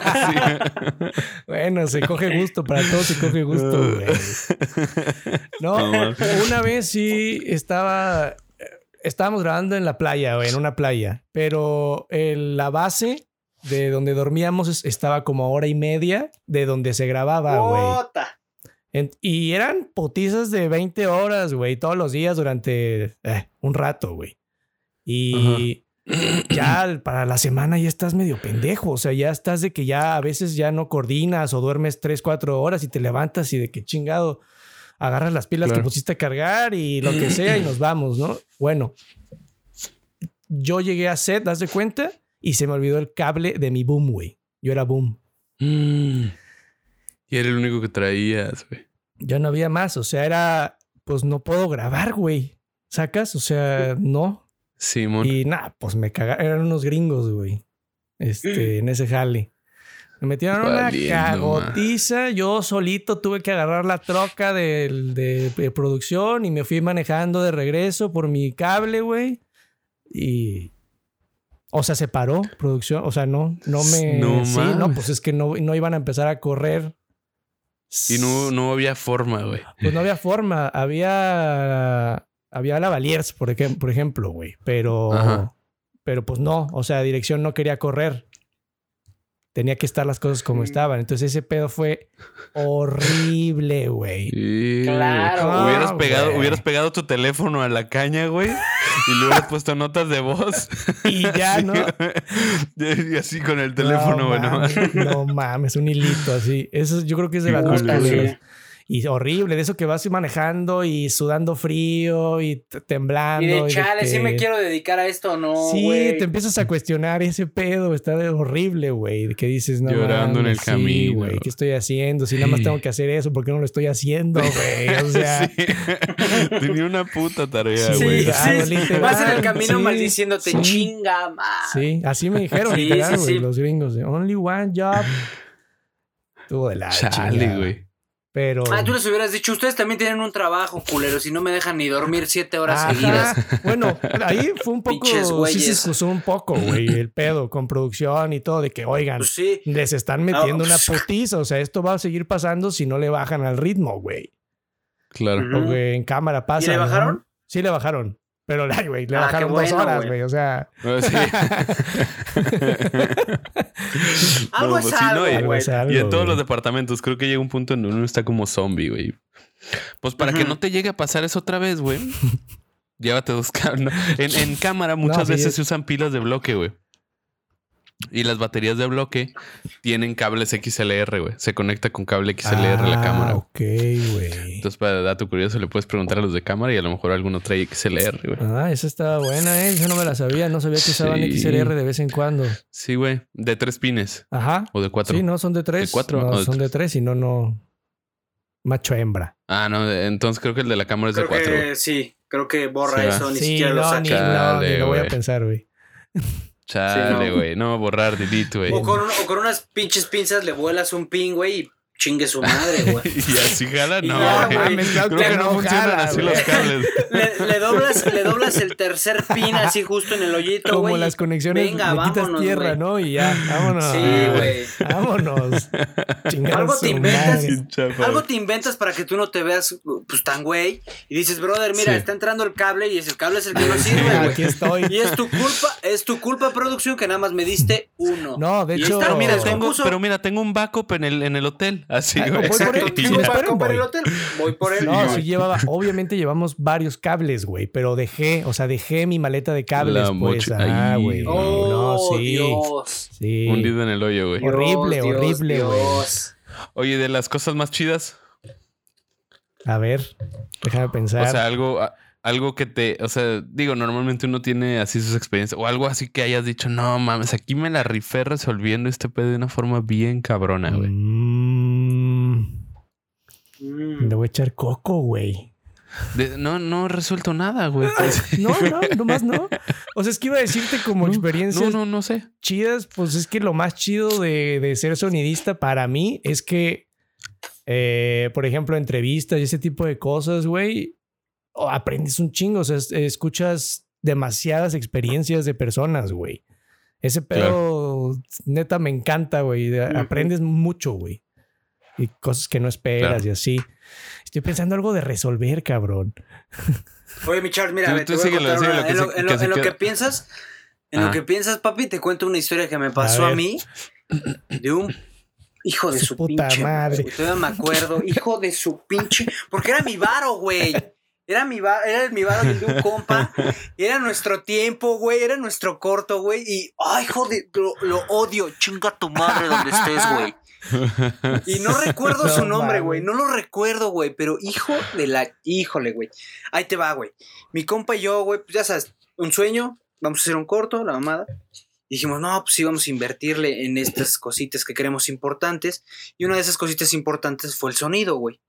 Sí. Bueno, se coge gusto. Para todos se coge gusto, güey. No, una vez sí estábamos grabando en la playa, güey, en una playa, pero la base de donde dormíamos estaba como a 1:30 de donde se grababa, güey. Y eran putizas de 20 horas, güey, todos los días durante un rato, güey. Y ya para la semana ya estás medio pendejo, o sea, ya estás de que ya a veces ya no coordinas o duermes 3-4 horas y te levantas y de que chingado... Agarras las pilas que pusiste a cargar y lo que sea y nos vamos, ¿no? Bueno, yo llegué a set, ¿das de cuenta? Y se me olvidó el cable de mi boom, güey. Yo era boom. Y era el único que traías, güey. Ya no había más. O sea, era... Pues no puedo grabar, güey. ¿Sacas? O sea, no. Simón. Y nada, pues me cagaron. Eran unos gringos, güey. En ese jale. Me metieron una cagotiza. Yo solito tuve que agarrar la troca de producción y me fui manejando de regreso por mi cable, güey. Y... O sea, se paró producción. O sea, no me... No, sí, no, pues es que no iban a empezar a correr. Y no había forma, güey. Pues no había forma. Había lavaliers, por ejemplo, güey. Pero pues no. O sea, dirección no quería correr. Tenía que estar las cosas como estaban. Entonces ese pedo fue horrible, güey. Sí, claro. Hubieras pegado tu teléfono a la caña, güey. Y le hubieras puesto notas de voz. Y ya, sí. ¿No? Y así con el teléfono, güey. No mames, un hilito así. Eso yo creo que es de las más culeras. Y horrible, de eso que vas manejando y sudando frío y temblando. Y de chale, ¿sí me quiero dedicar a esto o no, sí, güey? Te empiezas a cuestionar ese pedo. Está horrible, güey. Que dices, no llorando en el camino. Güey, ¿qué estoy haciendo? Si nada más tengo que hacer eso, ¿por qué no lo estoy haciendo, güey? O sea... Sí. Tenía una puta tarea, güey. Sí. Vas en el camino maldiciéndote, chinga, man. Sí, así me dijeron, literal, güey, los gringos. Only one job. Estuvo de la chale, güey. Pero... tú les hubieras dicho, ustedes también tienen un trabajo, culero, si no me dejan ni dormir 7 horas Ajá. seguidas. Bueno, ahí fue un poco... Pinches Sí güeyes. se excusó un poco, güey, el pedo con producción y todo, de que, oigan, Pues sí. les están metiendo No, una putiza. O sea, esto va a seguir pasando si no le bajan al ritmo, güey. Claro. Ujú. Porque en cámara pasa. ¿Y le ¿no? bajaron? Sí, le bajaron. Pero, ay, güey, le Ah, bajaron qué 2 bueno, horas, güey. güey. O sea... Sí. Algo No, es pues sí, algo, no, y- güey. es algo, Y en todos güey. los departamentos, creo que llega un punto en donde uno está como zombie, güey. Pues para que Ujú. no te llegue a pasar eso otra vez, güey. Llévate 2 cables. No, en cámara muchas sí, veces se usan pilas de bloque, güey. Y las baterías de bloque tienen cables XLR, güey. Se conecta con cable XLR la cámara. Ok, güey. Entonces, para dato curioso, le puedes preguntar a los de cámara y a lo mejor alguno trae XLR, güey. Ah, esa estaba buena, ¿eh? Yo no me la sabía. No sabía que usaban Sí. XLR de vez en cuando. Sí, güey. De 3 pines. Ajá. O de 4. Sí, no, son de 3. ¿De 4? No, o de son de 3? 3 y no. Macho hembra. Ah, no. Entonces creo que el de la cámara es de Creo 4, güey. que sí, creo que borra Sí, eso, ni Sí, siquiera lo no, saca. ni Chale, lo voy a güey. pensar, güey. Chale, Sí, no. güey. No, borrar, delete, güey. O con unas pinches pinzas le vuelas un pin, güey, y chingue su madre, güey. Y así jala, no, ya, güey. mames, claro Creo que que no no funcionan jala, así güey. los cables. Le doblas el tercer pin así justo en el hoyito, Como güey. las conexiones, Venga, le quitas vámonos, tierra, güey. ¿no? Y ya, vámonos. Sí, güey. Vámonos. Chingar Algo su te inventas. madre. Sin chapa, Algo güey. te inventas para que tú no te veas pues tan güey. Y dices, brother, mira, Sí. está entrando el cable y ese cable es el que no sirve, güey. Aquí estoy. Y es tu culpa, producción, que nada más me diste uno. No, de Y hecho- esta, mira, Pero Pero mira, tengo un backup en el hotel. Así, Ah, güey. voy por él. Y Tengo Sí, ya. para esperen, comprar voy. el hotel. Voy por él. No, güey. sí llevaba, obviamente llevamos varios cables, güey, pero dejé mi maleta de cables, La pues. mochila. Ah, Ay, güey. Oh, No, sí. Dios. Sí. Hundido en el hoyo, güey. Dios. Horrible, horrible, güey. Dios. Oye, de las cosas más chidas, A ver, déjame pensar. o sea, algo que o sea, digo, normalmente uno tiene así sus experiencias o algo así que hayas dicho, no mames, aquí me la rifé resolviendo este pedo de una forma bien cabrona, güey. Le voy a echar coco, güey. No he resuelto nada, güey. No, nomás no. O sea, es que iba a decirte como experiencias No sé. chidas, pues es que lo más chido de ser sonidista para mí es que, por ejemplo, entrevistas y ese tipo de cosas, güey, aprendes un chingo. O sea, escuchas demasiadas experiencias de personas, güey. Ese pedo neta me encanta, güey. Aprendes mucho, güey. Y cosas que no esperas Claro. y así. Estoy pensando algo de resolver, cabrón. Oye, mi Charles, mira, Tú- ve, te tú voy a síguelo, contar síguelo, una- que en se- lo- en que lo- se en lo queda. que piensas, papi, te cuento una historia que me pasó A a ver. mí de un hijo de Su su puta pinche madre. güey. Todavía me acuerdo, hijo de su pinche, porque era mi varo, güey. Era mi varo y el de un compa. Era nuestro tiempo, güey. Era nuestro corto, güey. Y, ay, joder, lo odio. Chinga tu madre donde estés, güey. Y no recuerdo No su nombre, mames. güey. No lo recuerdo, güey. Pero híjole, güey. Ahí te va, güey. Mi compa y yo, güey, pues ya sabes, un sueño. Vamos a hacer un corto, la mamada. Y dijimos, no, pues sí, vamos a invertirle en estas cositas que queremos importantes. Y una de esas cositas importantes fue el sonido, güey.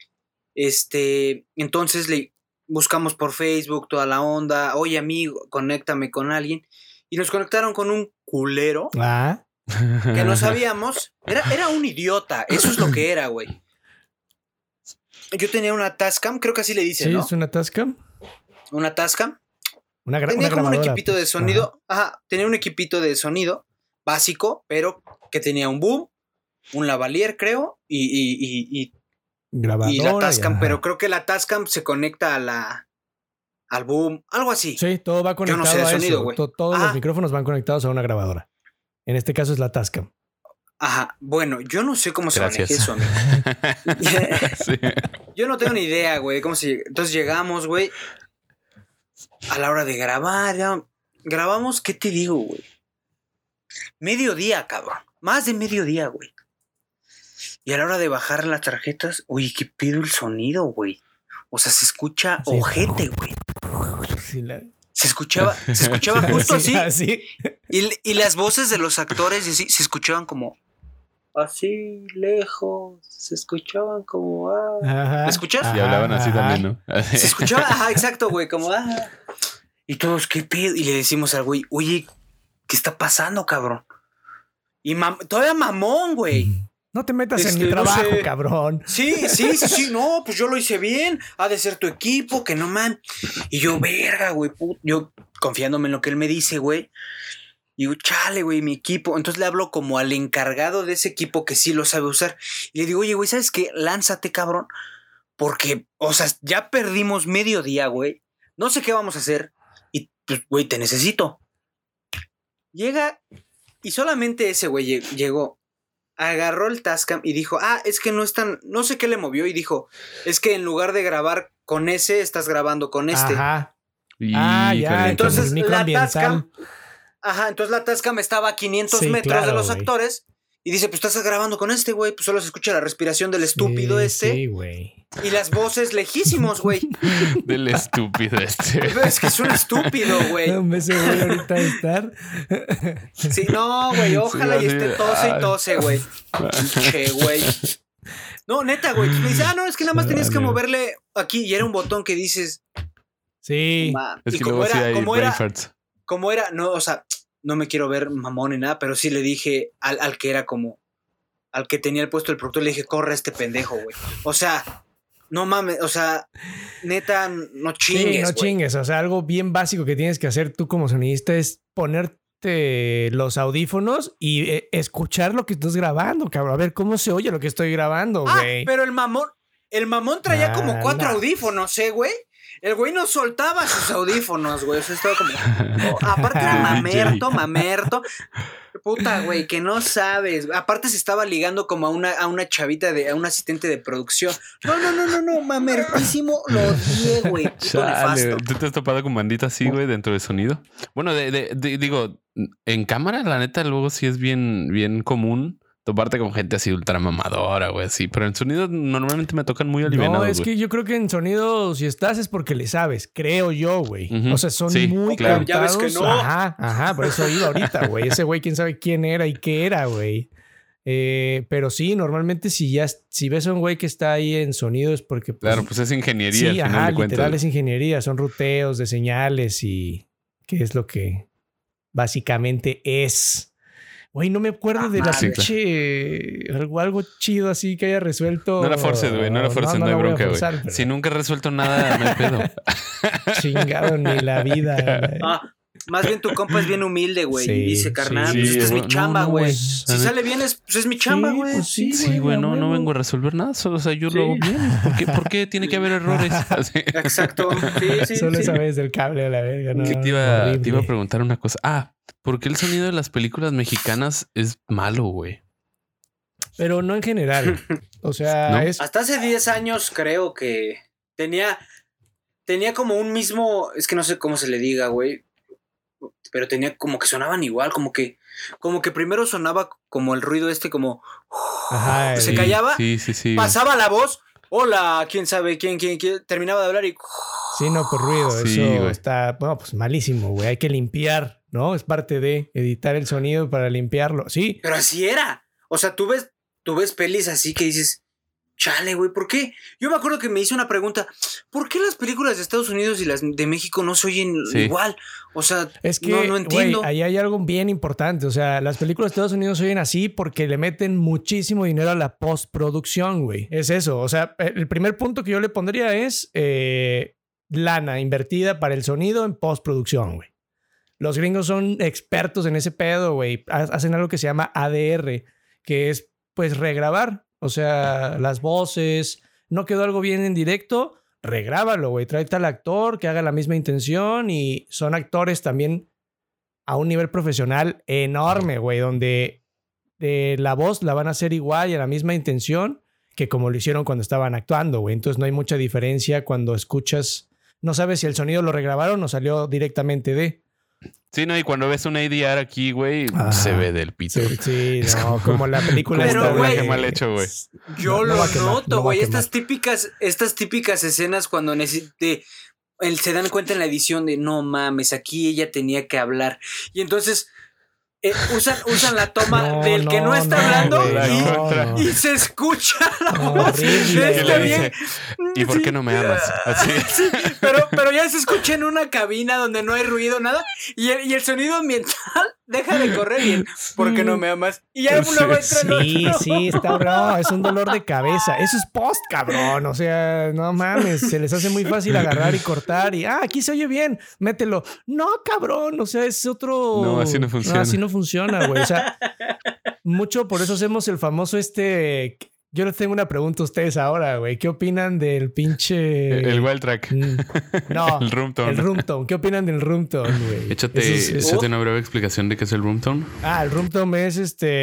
Entonces le buscamos por Facebook toda la onda. Oye, amigo, conéctame con alguien. Y nos conectaron con un culero Ah, que no sabíamos. Era un idiota. Eso es lo que era, güey. Yo tenía una Tascam, creo que así le dicen, sí, ¿no? es una Tascam. Una Tascam. Tenía Tenía como un equipito de pues. sonido. Ajá, tenía un equipito de sonido básico, pero que tenía un boom, un lavalier, creo, y Grabadora. la Tascam, ajá. pero creo que la Tascam se conecta al boom, algo así. Sí, todo va conectado sé de a sonido, eso. güey. Todos Ajá. los micrófonos van conectados a una grabadora. En este caso es la Tascam. Ajá, bueno, yo no sé cómo se Gracias. maneja eso, amigo. Sí. Yo no tengo ni idea, güey, cómo se... Entonces llegamos, güey, a la hora de grabar, ya grabamos, ¿qué te digo, güey? Mediodía, cabrón. Más de mediodía, güey. Y a la hora de bajar las tarjetas, oye, ¿qué pedo el sonido, güey? O sea, se escucha Sí. ojete, güey. Sí, Se escuchaba justo sí, así. así. Y las voces de los actores y así, se escuchaban como... Así, lejos. Se escuchaban como... Ajá. ¿Me escuchas? Y hablaban así Ajá. también, ¿no? Se escuchaba, ajá, exacto, güey, como... Y todos, ¿qué pedo? Y le decimos al güey, oye, ¿qué está pasando, cabrón? Y todavía mamón, güey. No te metas en mi trabajo, cabrón. Sí, no, pues yo lo hice bien, ha de ser tu equipo, que no man. Y yo, verga, güey, yo confiándome en lo que él me dice, güey. Y digo, chale, güey, mi equipo. Entonces le hablo como al encargado de ese equipo que sí lo sabe usar. Y le digo, oye, güey, ¿sabes qué? Lánzate, cabrón. Porque, o sea, ya perdimos medio día, güey. No sé qué vamos a hacer. Y, pues, güey, te necesito. Llega y solamente ese güey llegó. Agarró el Tascam y dijo, es que no están, no sé qué le movió y dijo, es que en lugar de grabar con ese, estás grabando con este. Ajá. Ya. Entonces la Tascam, entonces la Tascam estaba a 500 metros de los actores y dice, pues estás grabando con este, güey, pues solo se escucha la respiración del estúpido Sí, güey. Y las voces lejísimos, güey. Del estúpido este. Es que es un estúpido, güey. No me sé, güey, ahorita de estar. Sí, no, güey, ojalá sí, y esté tose, güey. Che, güey. No, neta, güey. Me dice, no, es que nada más tenías que moverle aquí y era un botón que dices. Sí. Es y que luego sí hay brain farts. Como era, no, o sea, no me quiero ver mamón ni nada, pero sí le dije al que era como, al que tenía el puesto del productor, le dije, corre a este pendejo, güey. O sea, no mames, o sea, neta, no chingues. Sí, no chingues. O sea, algo bien básico que tienes que hacer tú como sonidista es ponerte los audífonos y escuchar lo que estás grabando, cabrón. A ver cómo se oye lo que estoy grabando, güey. Pero el mamón traía como 4 audífonos, güey. El güey no soltaba sus audífonos, güey. O sea, estaba como. Aparte era mamerto. Puta, güey, que no sabes. Aparte se estaba ligando como a una chavita, a un asistente de producción. No, mamertísimo. Lo odié, güey. Chale, ¿tú te has topado con bandita así, güey, dentro de sonido? Bueno, digo, en cámara, la neta, luego sí es bien común toparte con gente así ultra mamadora, güey, así. Pero en sonido normalmente me tocan muy alivianados, No, es que yo creo que en sonido, si estás, es porque le sabes. Creo yo, güey. O sea, son muy claro. cantados. Ya ves que no. Ajá, por eso iba ahorita, güey. Ese güey, quién sabe quién era y qué era, güey. Pero sí, normalmente si ves a un güey que está ahí en sonido es porque... Pues, claro, pues es ingeniería. Sí, al final de cuentas, literal es ingeniería. Son ruteos de señales y qué es lo que básicamente es... Güey, no me acuerdo de la pinche... Algo chido así que haya resuelto... No la forces, güey. No la forces, no hay bronca, güey. Pero... Si nunca he resuelto nada, no hay pedo. Chingado, ni la vida. Más bien tu compa es bien humilde, güey. Sí, y dice, carnal, sí, pues esta es mi no, chamba, güey. si sale bien, es mi chamba, güey. Pues sí, güey, no vengo a resolver nada. O sea, yo lo hago bien. ¿Por qué tiene que haber errores? Así. Exacto. Sí. Solo esa vez del cable a la verga, ¿no? Te iba a preguntar una cosa. ¿Por qué el sonido de las películas mexicanas es malo, güey? Pero no en general. O sea, ¿no? Hasta hace 10 años creo que tenía como un mismo... Es que no sé cómo se le diga, güey. Pero tenía como que sonaban igual, como que primero sonaba como el ruido como ajá, se callaba, sí, pasaba la voz, hola, quién sabe quién, terminaba de hablar y sí, no, por ruido, sí, eso güey. está, bueno, pues malísimo, güey, hay que limpiar, ¿no? Es parte de editar el sonido para limpiarlo, sí. Pero así era, o sea, tú ves pelis así que dices, chale, güey, ¿por qué? Yo me acuerdo que me hice una pregunta, ¿por qué las películas de Estados Unidos y las de México no se oyen igual? O sea, es que, no entiendo. Ahí hay algo bien importante, o sea, las películas de Estados Unidos se oyen así porque le meten muchísimo dinero a la postproducción, güey. Es eso, o sea, el primer punto que yo le pondría es lana invertida para el sonido en postproducción, güey. Los gringos son expertos en ese pedo, güey. Hacen algo que se llama ADR, que es, pues, regrabar. O sea, las voces, no quedó algo bien en directo, regrábalo, güey. Tráete al actor que haga la misma intención y son actores también a un nivel profesional enorme, güey, donde la voz la van a hacer igual y a la misma intención que como lo hicieron cuando estaban actuando, güey. Entonces no hay mucha diferencia cuando escuchas, no sabes si el sonido lo regrabaron o salió directamente de... Sí, no, y cuando ves un ADR aquí, güey, se ve del pito. Sí, no, como la película pero, está, güey, qué mal hecho, güey. Yo lo noto, güey. Estas Estas típicas escenas cuando se dan cuenta en la edición de no mames, aquí ella tenía que hablar. Y entonces usan la toma del que no está hablando y se escucha la voz. Horrible, bien. ¿Y por qué no me amas? Así. Sí, pero ya se escucha en una cabina donde no hay ruido, nada. Y el sonido ambiental deja de correr bien, porque no me amas. Y ya luego entra el otro. Sí, está bro, es un dolor de cabeza. Eso es post, cabrón. O sea, no mames, se les hace muy fácil agarrar y cortar y aquí se oye bien, mételo. No, cabrón, o sea, es otro. No, así no funciona. No, así no funciona, güey. O sea, mucho por eso hacemos el famoso Yo les tengo una pregunta a ustedes ahora, güey. ¿Qué opinan del pinche... El wild track? No. El room tone. El room tone. ¿Qué opinan del room tone, güey? Échate una breve explicación de qué es el room tone. El room tone es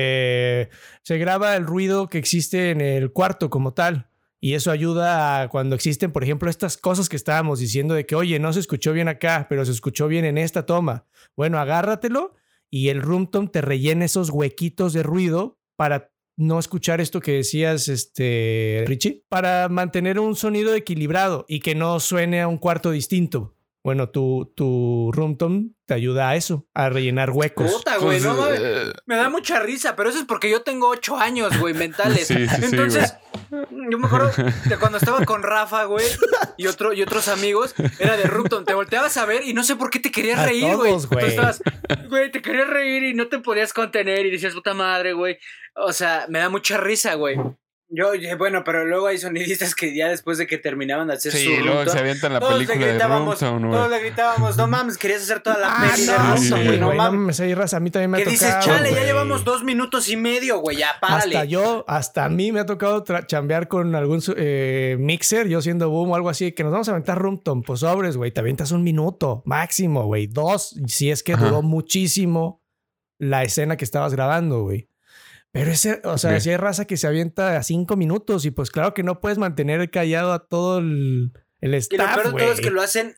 se graba el ruido que existe en el cuarto como tal. Y eso ayuda a cuando existen, por ejemplo, estas cosas que estábamos diciendo de que, oye, no se escuchó bien acá, pero se escuchó bien en esta toma. Bueno, agárratelo y el room tone te rellena esos huequitos de ruido para no escuchar esto que decías, Richie, para mantener un sonido equilibrado y que no suene a un cuarto distinto. Bueno, tu room tone te ayuda a eso, a rellenar huecos. Puta, güey, no mames. Me da mucha risa, pero eso es porque yo tengo 8 años, güey, mentales. Sí, entonces, yo me acuerdo de cuando estaba con Rafa, güey, y otros amigos, era de room tone. Te volteabas a ver y no sé por qué te querías reír, güey. Tú estabas, güey, te querías reír y no te podías contener y decías, puta madre, güey. O sea, me da mucha risa, güey. Yo dije, bueno, pero luego hay sonidistas que ya después de que terminaban de hacer su room tone, luego se avientan la película de room tone, todos le gritábamos, no mames, querías hacer toda la peli de room tone, güey, no mames. A mí también me ha tocado. Que dices, chale, ya llevamos 2 minutos y medio, güey, ya, párale. Hasta a mí me ha tocado chambear con algún mixer, yo siendo boom o algo así, que nos vamos a aventar room tone, pues sobres, güey, te avientas 1 minuto, máximo, güey, 2, si es que duró muchísimo la escena que estabas grabando, güey. Pero si hay raza que se avienta a 5 minutos y pues claro que no puedes mantener callado a todo el staff, y lo peor de güey. todo es que lo hacen,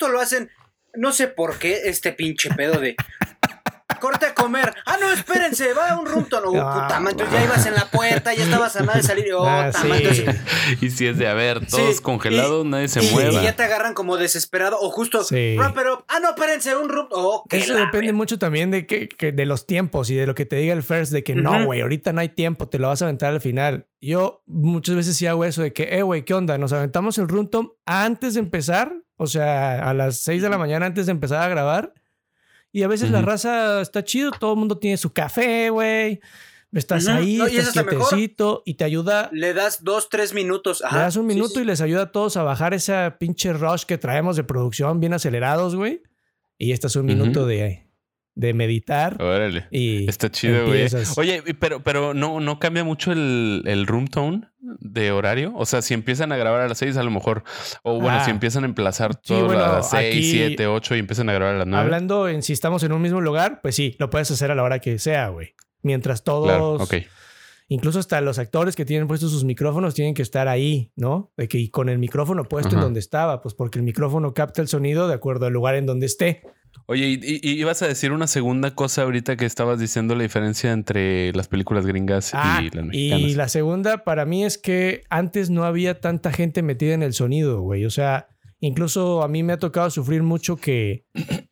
no sé por qué pinche pedo de corte a comer. No, espérense, va a un room tone. Puta madre, entonces ya ibas en la puerta, ya estabas a nada de salir. Sí. Y si es de todos congelados, nadie se mueva. Y ya te agarran como desesperado o justo, pero, no, espérense, un room tone. Eso depende mucho también de los tiempos y de lo que te diga el first, de que no, güey, ahorita no hay tiempo, te lo vas a aventar al final. Yo muchas veces sí hago eso de que, güey, ¿qué onda? Nos aventamos el room tone antes de empezar, o sea, a las 6 de la mañana antes de empezar a grabar. Y a veces la raza está chido, todo el mundo tiene su café, güey. Estás ahí, estás quietecito y te ayuda. Le das 2-3 minutos. Le das 1 minuto y les ayuda a todos a bajar esa pinche rush que traemos de producción bien acelerados, güey. Y ya estás 1 minuto de meditar. Órale. Y está chido, güey. Oye, pero no cambia mucho el room tone de horario. O sea, si empiezan a grabar a las 6, a lo mejor. O bueno, si empiezan a emplazar todas las 6, 7, 8 y empiezan a grabar a las 9. Hablando en si estamos en un mismo lugar, pues sí, lo puedes hacer a la hora que sea, güey. Mientras todos. Claro, ok. Incluso hasta los actores que tienen puestos sus micrófonos tienen que estar ahí, ¿no? De que con el micrófono puesto en donde estaba, pues porque el micrófono capta el sonido de acuerdo al lugar en donde esté. Oye, y ibas a decir una segunda cosa ahorita que estabas diciendo la diferencia entre las películas gringas y las mexicanas. Y la segunda para mí es que antes no había tanta gente metida en el sonido, güey. O sea, incluso a mí me ha tocado sufrir mucho que,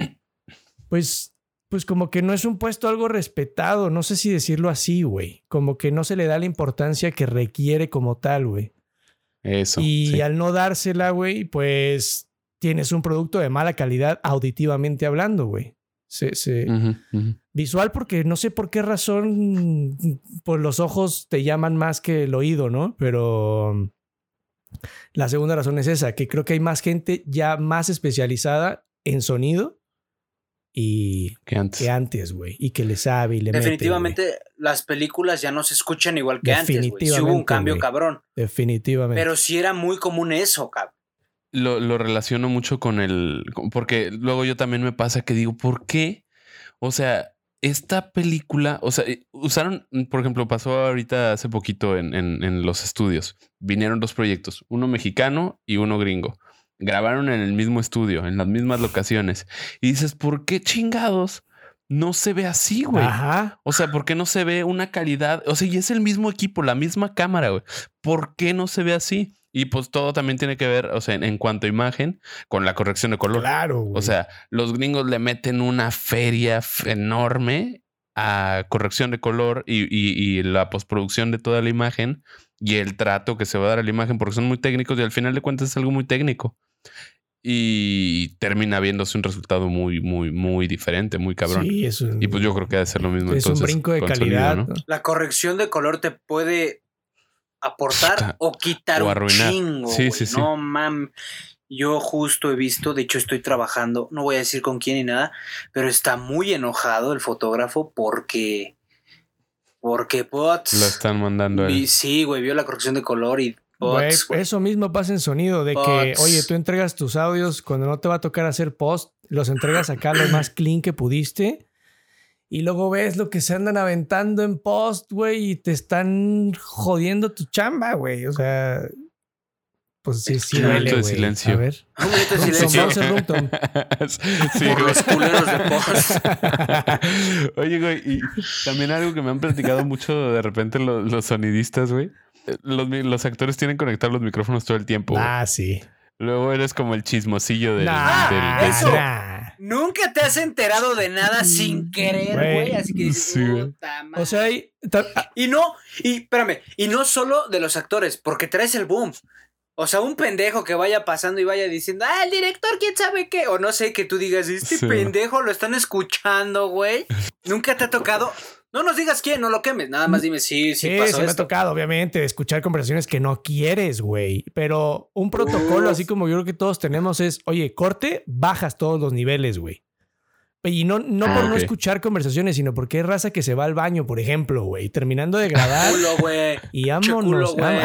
pues como que no es un puesto algo respetado. No sé si decirlo así, güey. Como que no se le da la importancia que requiere como tal, güey. Eso. Y al no dársela, güey, pues tienes un producto de mala calidad auditivamente hablando, güey. Visual porque no sé por qué razón pues los ojos te llaman más que el oído, ¿no? Pero la segunda razón es esa, que creo que hay más gente ya más especializada en sonido que antes, güey. Y que le sabe y le definitivamente mete, las películas ya no se escuchan igual que antes, güey. Sí hubo un cambio, cabrón. Definitivamente. Pero sí era muy común eso, cabrón. Lo relaciono mucho con porque luego yo también me pasa que digo, ¿por qué? O sea, esta película, o sea, usaron, por ejemplo, pasó ahorita hace poquito en los estudios. Vinieron 2 proyectos, uno mexicano y uno gringo. Grabaron en el mismo estudio, en las mismas locaciones. Y dices, ¿por qué chingados no se ve así, güey? Ajá. O sea, ¿por qué no se ve una calidad? O sea, y es el mismo equipo, la misma cámara, güey. ¿Por qué no se ve así? Y pues todo también tiene que ver, o sea, en cuanto a imagen, con la corrección de color. Claro, güey. O sea, los gringos le meten una feria enorme a corrección de color y la postproducción de toda la imagen y el trato que se va a dar a la imagen porque son muy técnicos y al final de cuentas es algo muy técnico. y termina viéndose un resultado muy, muy, muy diferente, muy cabrón. Sí, y pues yo creo que debe ser lo mismo. Es entonces, un brinco de con calidad. sonido, ¿no? La corrección de color te puede aportar o quitar o un arruinar. chingo, Sí, güey. sí, sí. No, mam. Yo justo he visto, de hecho estoy trabajando, no voy a decir con quién ni nada, pero está muy enojado el fotógrafo porque bots. Lo están mandando a él. Sí, güey, vio la corrección de color y Güey, bots, güey. eso mismo pasa en sonido, de que, Bots. oye, tú entregas tus audios cuando no te va a tocar hacer post, los entregas acá lo más clean que pudiste y luego ves lo que se andan aventando en post, güey, y te están jodiendo tu chamba, güey. O sea, pues sí, sí Un duele, momento de güey. silencio. A ver. Un minuto de Rum-tum, silencio vamos a hacer rum-tum. Sí, por güey. los culeros de post. Oye, güey, y también algo que me han platicado mucho de repente los sonidistas, güey. Los actores tienen que conectar los micrófonos todo el tiempo. Güey. Ah, sí. Luego eres como el chismosillo del... eso. Nah. Nunca te has enterado de nada sin querer, Güey. güey. Así que dices, Sí, güey. puta madre. O sea, hay... Espérame, y no solo de los actores, porque traes el boom. O sea, un pendejo que vaya pasando y vaya diciendo, el director, quién sabe qué. O no sé, que tú digas, este Sí. pendejo lo están escuchando, güey. Nunca te ha tocado. No nos digas quién, no lo quemes. Nada más dime, sí Sí, pasó se me ha esto. tocado, obviamente, escuchar conversaciones que no quieres, güey. Pero un protocolo, así como yo creo que todos tenemos, es, oye, corte, bajas todos los niveles, güey. Y no por no ok. escuchar conversaciones, sino porque hay raza que se va al baño, por ejemplo, güey, terminando de grabar. Culo, güey. Y Che culo, vámonos. güey.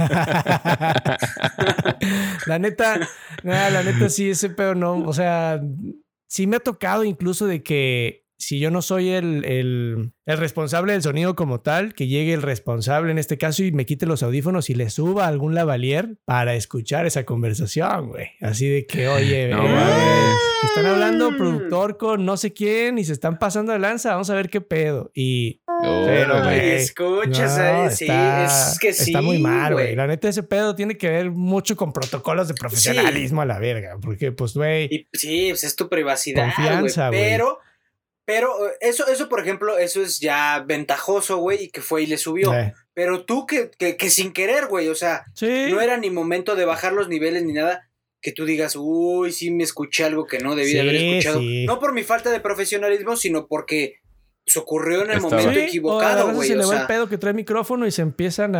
La neta, sí, ese pedo no. O sea, sí me ha tocado incluso de que si yo no soy el responsable del sonido como tal, que llegue el responsable en este caso y me quite los audífonos y le suba algún lavalier para escuchar esa conversación, güey. Así de que, oye, No, están hablando productor con no sé quién y se están pasando de lanza, vamos a ver qué pedo. Y... Pero, Órale. güey, escuchas, no, sí, está- es que sí. Está muy mal, güey. güey. La neta, ese pedo tiene que ver mucho con protocolos de profesionalismo a la verga. Porque, pues, güey. Y sí, pues es tu privacidad, Confianza, güey. güey. Pero eso, por ejemplo, eso es ya ventajoso, güey, y que fue y le subió. Pero tú que sin querer, güey, o sea, Sí. no era ni momento de bajar los niveles ni nada, que tú digas, uy, sí me escuché algo que no debí de haber Sí, escuchado. sí. No por mi falta de profesionalismo, sino porque se ocurrió en el Estaba- momento Sí, o a equivocado, veces güey. se O le va el sea, pedo que trae micrófono y se empiezan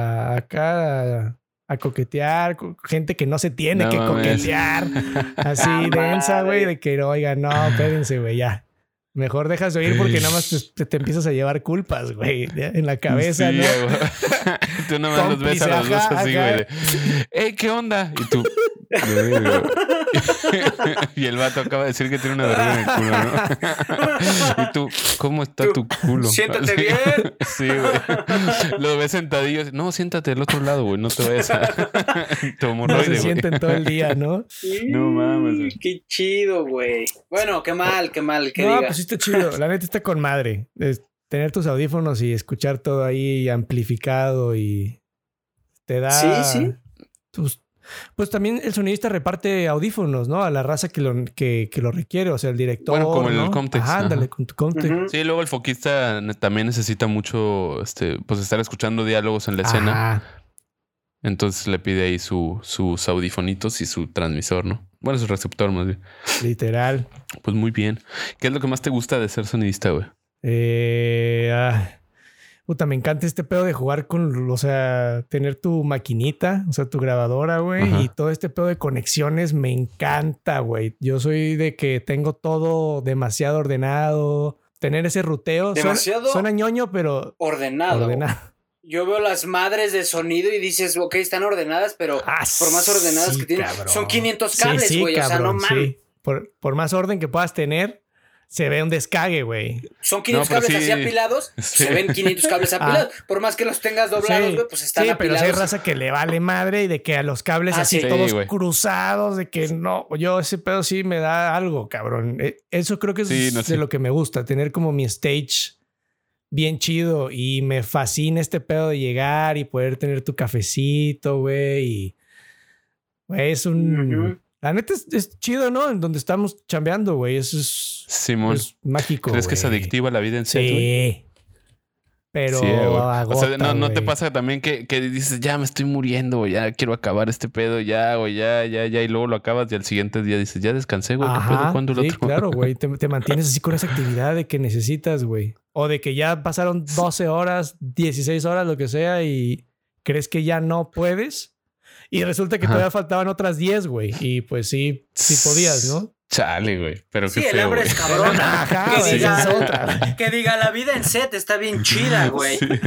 a coquetear con gente que no se tiene No que mames. coquetear. Así densa, güey, de que, oiga, no, espérense, güey, ya. Mejor dejas de oír porque nada más te empiezas a llevar culpas, güey, en la cabeza, Sí, ¿no? güey. Tú nomás los ves a los dos Cómplice, así, ajá, güey. Ey, ¿qué onda? Y tú... y el vato acaba de decir que tiene una verruga en el culo, ¿no? Y tú, ¿cómo está Tú, tu culo? siéntate Así. bien. Sí, güey. Lo ves sentadillo. No, siéntate del otro lado, güey. No te vayas a... tu No hemorroide, se güey. sienten todo el día, ¿no? No mames, güey. Qué chido, güey. Bueno, qué mal, que No, diga. pues sí está chido. La neta está con madre. Es tener tus audífonos y escuchar todo ahí amplificado y te da... Sí. Pues también el sonidista reparte audífonos, ¿no? A la raza que lo requiere. O sea, el director, Bueno, como el ¿no? Comtex, Ajá, ándale, ajá. con tu Comtex. Ujú. Sí, luego el foquista también necesita mucho, pues estar escuchando diálogos en la escena. Ajá. Entonces le pide ahí sus audifonitos y su transmisor, ¿no? Bueno, su receptor más bien. Literal. Pues muy bien. ¿Qué es lo que más te gusta de ser sonidista, güey? Puta, me encanta este pedo de jugar con, o sea, tener tu maquinita, o sea, tu grabadora, güey, Ajá. y todo este pedo de conexiones me encanta, güey. Yo soy de que tengo todo demasiado ordenado, tener ese ruteo. Demasiado Suena ñoño, pero ordenado. ordenado. Yo veo las madres de sonido y dices, ok, están ordenadas, pero por más ordenadas sí, que tienen, cabrón. son 500 Sí, cables, sí, güey. O sea, no cabrón, mames. sí. Por más orden que puedas tener, se ve un descague, güey. Son 500 No, pero cables sí. así apilados, Sí. se ven 500 cables apilados. Por más que los tengas doblados, güey, pues están sí, pero apilados. si hay raza que le vale madre y de que a los cables Ah, así sí. todos Sí, güey. cruzados, de que no, yo ese pedo sí me da algo, cabrón. Eso creo que es Sí, no, de sí. lo que me gusta, tener como mi stage bien chido y me fascina este pedo de llegar y poder tener tu cafecito, güey. Y, güey, es un... Ujú. La neta es chido, ¿no? En donde estamos chambeando, güey. Eso es Simón. mágico, ¿Crees que es güey. adictiva la vida en set, güey? Sí. pero Sí, güey. agota, O sea, no te güey. pasa también que dices, ya me estoy muriendo, güey, ya quiero acabar este pedo, ya, güey, ya, y luego lo acabas y al siguiente día dices, ya descansé, güey, ¿qué pedo? Ajá, ¿Cuándo el sí, otro? claro, güey. Te mantienes así con esa actividad de que necesitas, güey. O de que ya pasaron 12 horas, 16 horas, lo que sea, y crees que ya no puedes. Y resulta que Ajá. todavía faltaban otras 10, güey. Y pues sí podías, ¿no? Chale, güey, pero Sí, qué el feo, hambre güey. es cabrón. Ajá, Que güey, diga, esa es otra. que diga, la vida en set está bien chida, güey. Sí.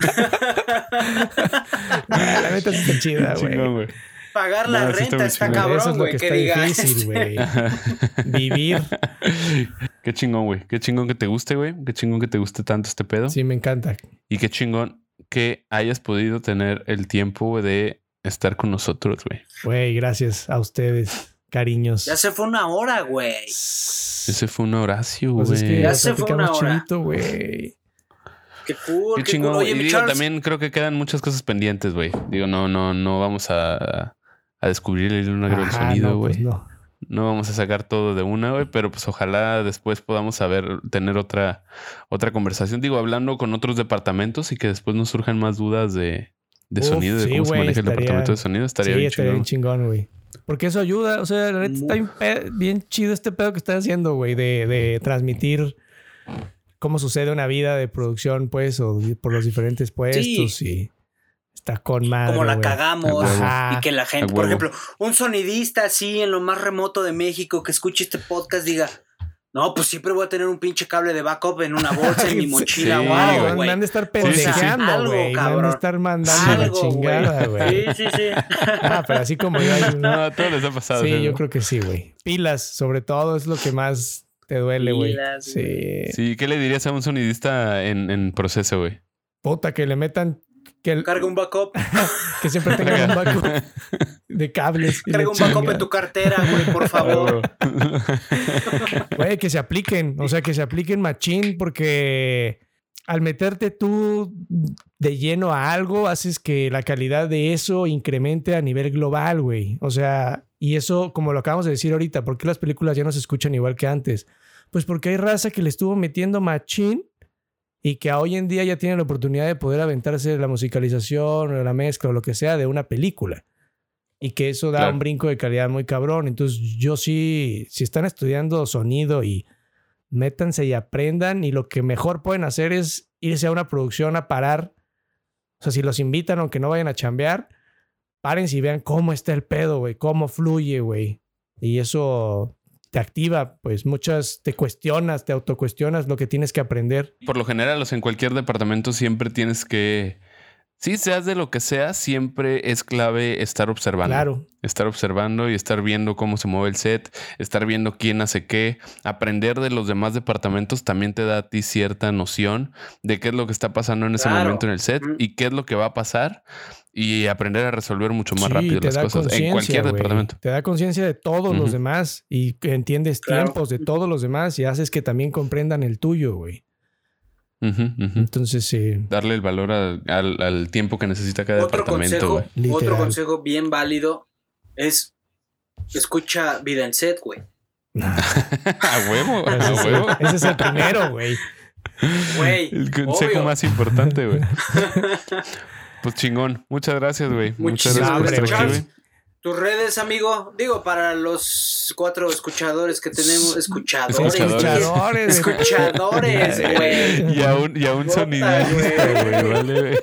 La neta sí está chida, Chingón, güey. güey. Pagar la No, sí está renta muy está chingón. Eso cabrón, es lo güey. que Que está diga, difícil, güey. Vivir. Qué chingón, güey. Qué chingón que te guste, güey. Qué chingón que te guste tanto este pedo. Sí, me encanta. Y qué chingón que hayas podido tener el tiempo güey, de estar con nosotros, güey. Güey, gracias a ustedes. Cariños. Ya se fue una hora, güey. Ese fue un Horacio, Pues güey. es que Ya ya se fue platicamos una hora. chidito, güey. Qué cool, Qué qué chingón, cool. güey. Oye, Y mi digo, Charles, también creo que quedan muchas cosas pendientes, güey. Digo, no vamos a descubrir el hilo negro del Ajá, sonido, no, güey. pues no. No vamos a sacar todo de una, güey, pero pues ojalá después podamos tener otra conversación. Digo, hablando con otros departamentos y que después nos surjan más dudas de Uf, sonido, de sí, cómo se güey, maneja el estaría- departamento de sonido. Estaría Sí, bien estaría bien chingón. chingón, güey. Porque eso ayuda. O sea, la neta está bien chido este pedo que estás haciendo, güey. De transmitir cómo sucede una vida de producción, pues, o por los diferentes puestos. Y está con madre, como la güey. cagamos Ajá. y que la A gente, huevo. por ejemplo, un sonidista así en lo más remoto de México que escuche este podcast diga, no, pues siempre voy a tener un pinche cable de backup en una bolsa, en mi mochila Sí, o algo, güey. güey. Me han de estar O sea, pendejeando, algo, güey. Me han de cabrón. estar mandando Algo, la chingada, güey. güey. Sí, sí, sí. Ah, pero así como yo. No, a todos les ha pasado. Sí, ¿no? yo creo que sí, güey. Pilas, sobre todo, es lo que más te duele, güey. Pilas, Sí. Sí, ¿qué le dirías a un sonidista en proceso, güey? Puta, que le metan. Carga un backup. Que siempre tengan un backup de cables. y Carga la un backup chingada. en tu cartera, güey, por favor. Güey, que se apliquen. O sea, que se apliquen machín porque al meterte tú de lleno a algo, haces que la calidad de eso incremente a nivel global, güey. O sea, y eso, como lo acabamos de decir ahorita, ¿por qué las películas ya no se escuchan igual que antes? Pues porque hay raza que le estuvo metiendo machín y que hoy en día ya tiene la oportunidad de poder aventarse la musicalización o la mezcla o lo que sea de una película. Y que eso da Claro. un brinco de calidad muy cabrón. Entonces yo sí, si están estudiando sonido y métanse y aprendan y lo que mejor pueden hacer es irse a una producción a parar. O sea, si los invitan aunque no vayan a chambear, párense y vean cómo está el pedo, güey, cómo fluye, güey. Y eso te activa, pues te cuestionas, te autocuestionas lo que tienes que aprender. Por lo general, o sea, en cualquier departamento siempre tienes que... Sí, seas de lo que sea, siempre es clave estar observando. Claro. Estar observando y estar viendo cómo se mueve el set, estar viendo quién hace qué. Aprender de los demás departamentos también te da a ti cierta noción de qué es lo que está pasando en ese Claro. momento en el set y qué es lo que va a pasar y aprender a resolver mucho más Sí, rápido te las da cosas en conciencia, cualquier güey. departamento. Te da conciencia de todos los Ujú. demás y que entiendes Claro. tiempos de todos los demás y haces que también comprendan el tuyo, güey. Ujú, ujú. Entonces, Darle el valor al tiempo que necesita cada Otro departamento, güey. Literal. otro consejo bien válido es escucha vida en set, güey. A huevo, a huevo. ese es el primero, güey. Güey, El consejo obvio. más importante, güey. Pues chingón. Muchas gracias, güey. Muchas Muchísimas gracias por estar aquí, gracias. güey. Tus redes, amigo. Digo, para los 4 escuchadores que tenemos. Escuchadores. Escuchadores. Escuchadores, güey. Y a un Puta, sonidista, güey. güey. Vale, güey.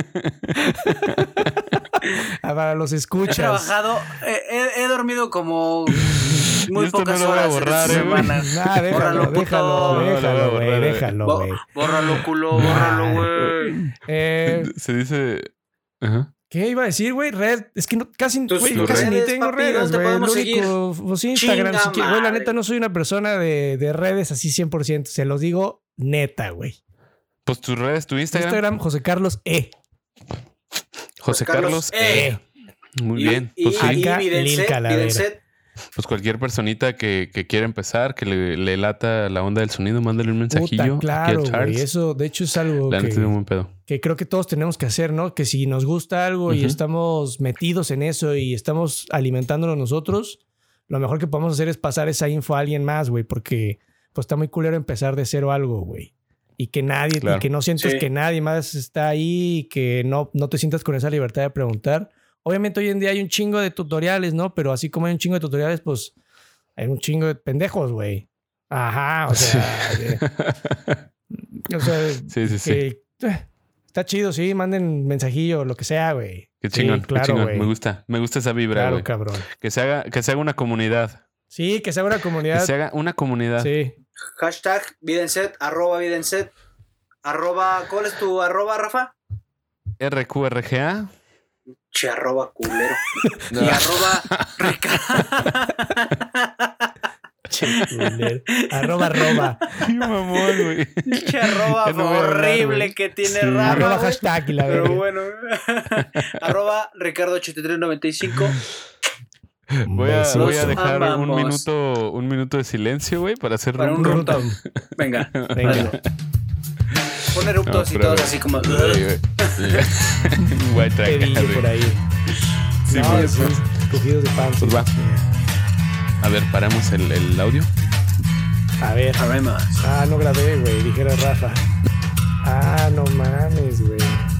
Para los He escuchas. trabajado, he dormido como Y muy esto pocas no lo voy a horas en borrar, esta güey. semana. Nah, déjalo, Bórralo, puto. déjalo, No, lo voy a déjalo, güey, borrar, güey. déjalo, güey. Bórralo, culo, bórralo, güey. Se dice... Ajá. ¿Qué iba a decir, güey? Red. Es que no, casi Tus casi ni redes, tengo papi, redes, ¿dónde güey. podemos Lo único, pues Instagram. Chinga Si quieres. Güey, la madre. neta no soy una persona de redes así 100%. Se los digo neta, güey. Pues tus redes, tu Instagram. Instagram, José Carlos E. José Carlos. E. Muy bien. Y, Pues sí. Acá, Videncet, Lil Calavera. Videncet. Pues cualquier personita que quiera empezar, que le lata la onda del sonido, mándale un mensajillo Puta, claro, aquí al güey. Charles. Eso, de hecho, es algo La neta es un buen pedo. que creo que todos tenemos que hacer, ¿no? Que si nos gusta algo y Ujú. estamos metidos en eso y estamos alimentándolo nosotros, lo mejor que podemos hacer es pasar esa info a alguien más, güey, porque pues está muy culero empezar de cero algo, güey. y que nadie, Claro. y que no sientes Sí. que nadie más está ahí y que no te sientas con esa libertad de preguntar. Obviamente hoy en día hay un chingo de tutoriales, ¿no? Pero así como hay un chingo de tutoriales, pues hay un chingo de pendejos, güey. Ajá, o sea... o sea, Sí. está chido, sí. Manden mensajillo, lo que sea, güey. Qué Sí, chingón, claro, qué chingón. güey. Me gusta esa vibra, Claro, güey. cabrón. Que se haga una comunidad. Sí, que sea una Que comunidad. se haga una comunidad. Sí. Hashtag Videnset, @Videnset, ¿cuál es tu arroba, Rafa? RQRGA. Che, @culero. No. Y @Ricardo. arroba. Qué mamón, güey. Che, arroba Ya no voy a hablar, horrible güey. que tiene Sí. Rafa. Arroba güey. hashtag y la Pero verga. bueno. @Ricardo8395. Voy a Besos. dejar Vamos. un minuto de silencio, güey, para hacer Para un rum-tum. Rumtom. Venga. Venga. Pon eruptos y pero, todos güey. así como. White track, Pedillo güey. por ahí. Sí, no, güey. es cogidos de pan. Pues va. A ver, paramos el audio. A ver. A ver más. Ah, no grabé, güey. Dijera Rafa. Ah, no mames, güey.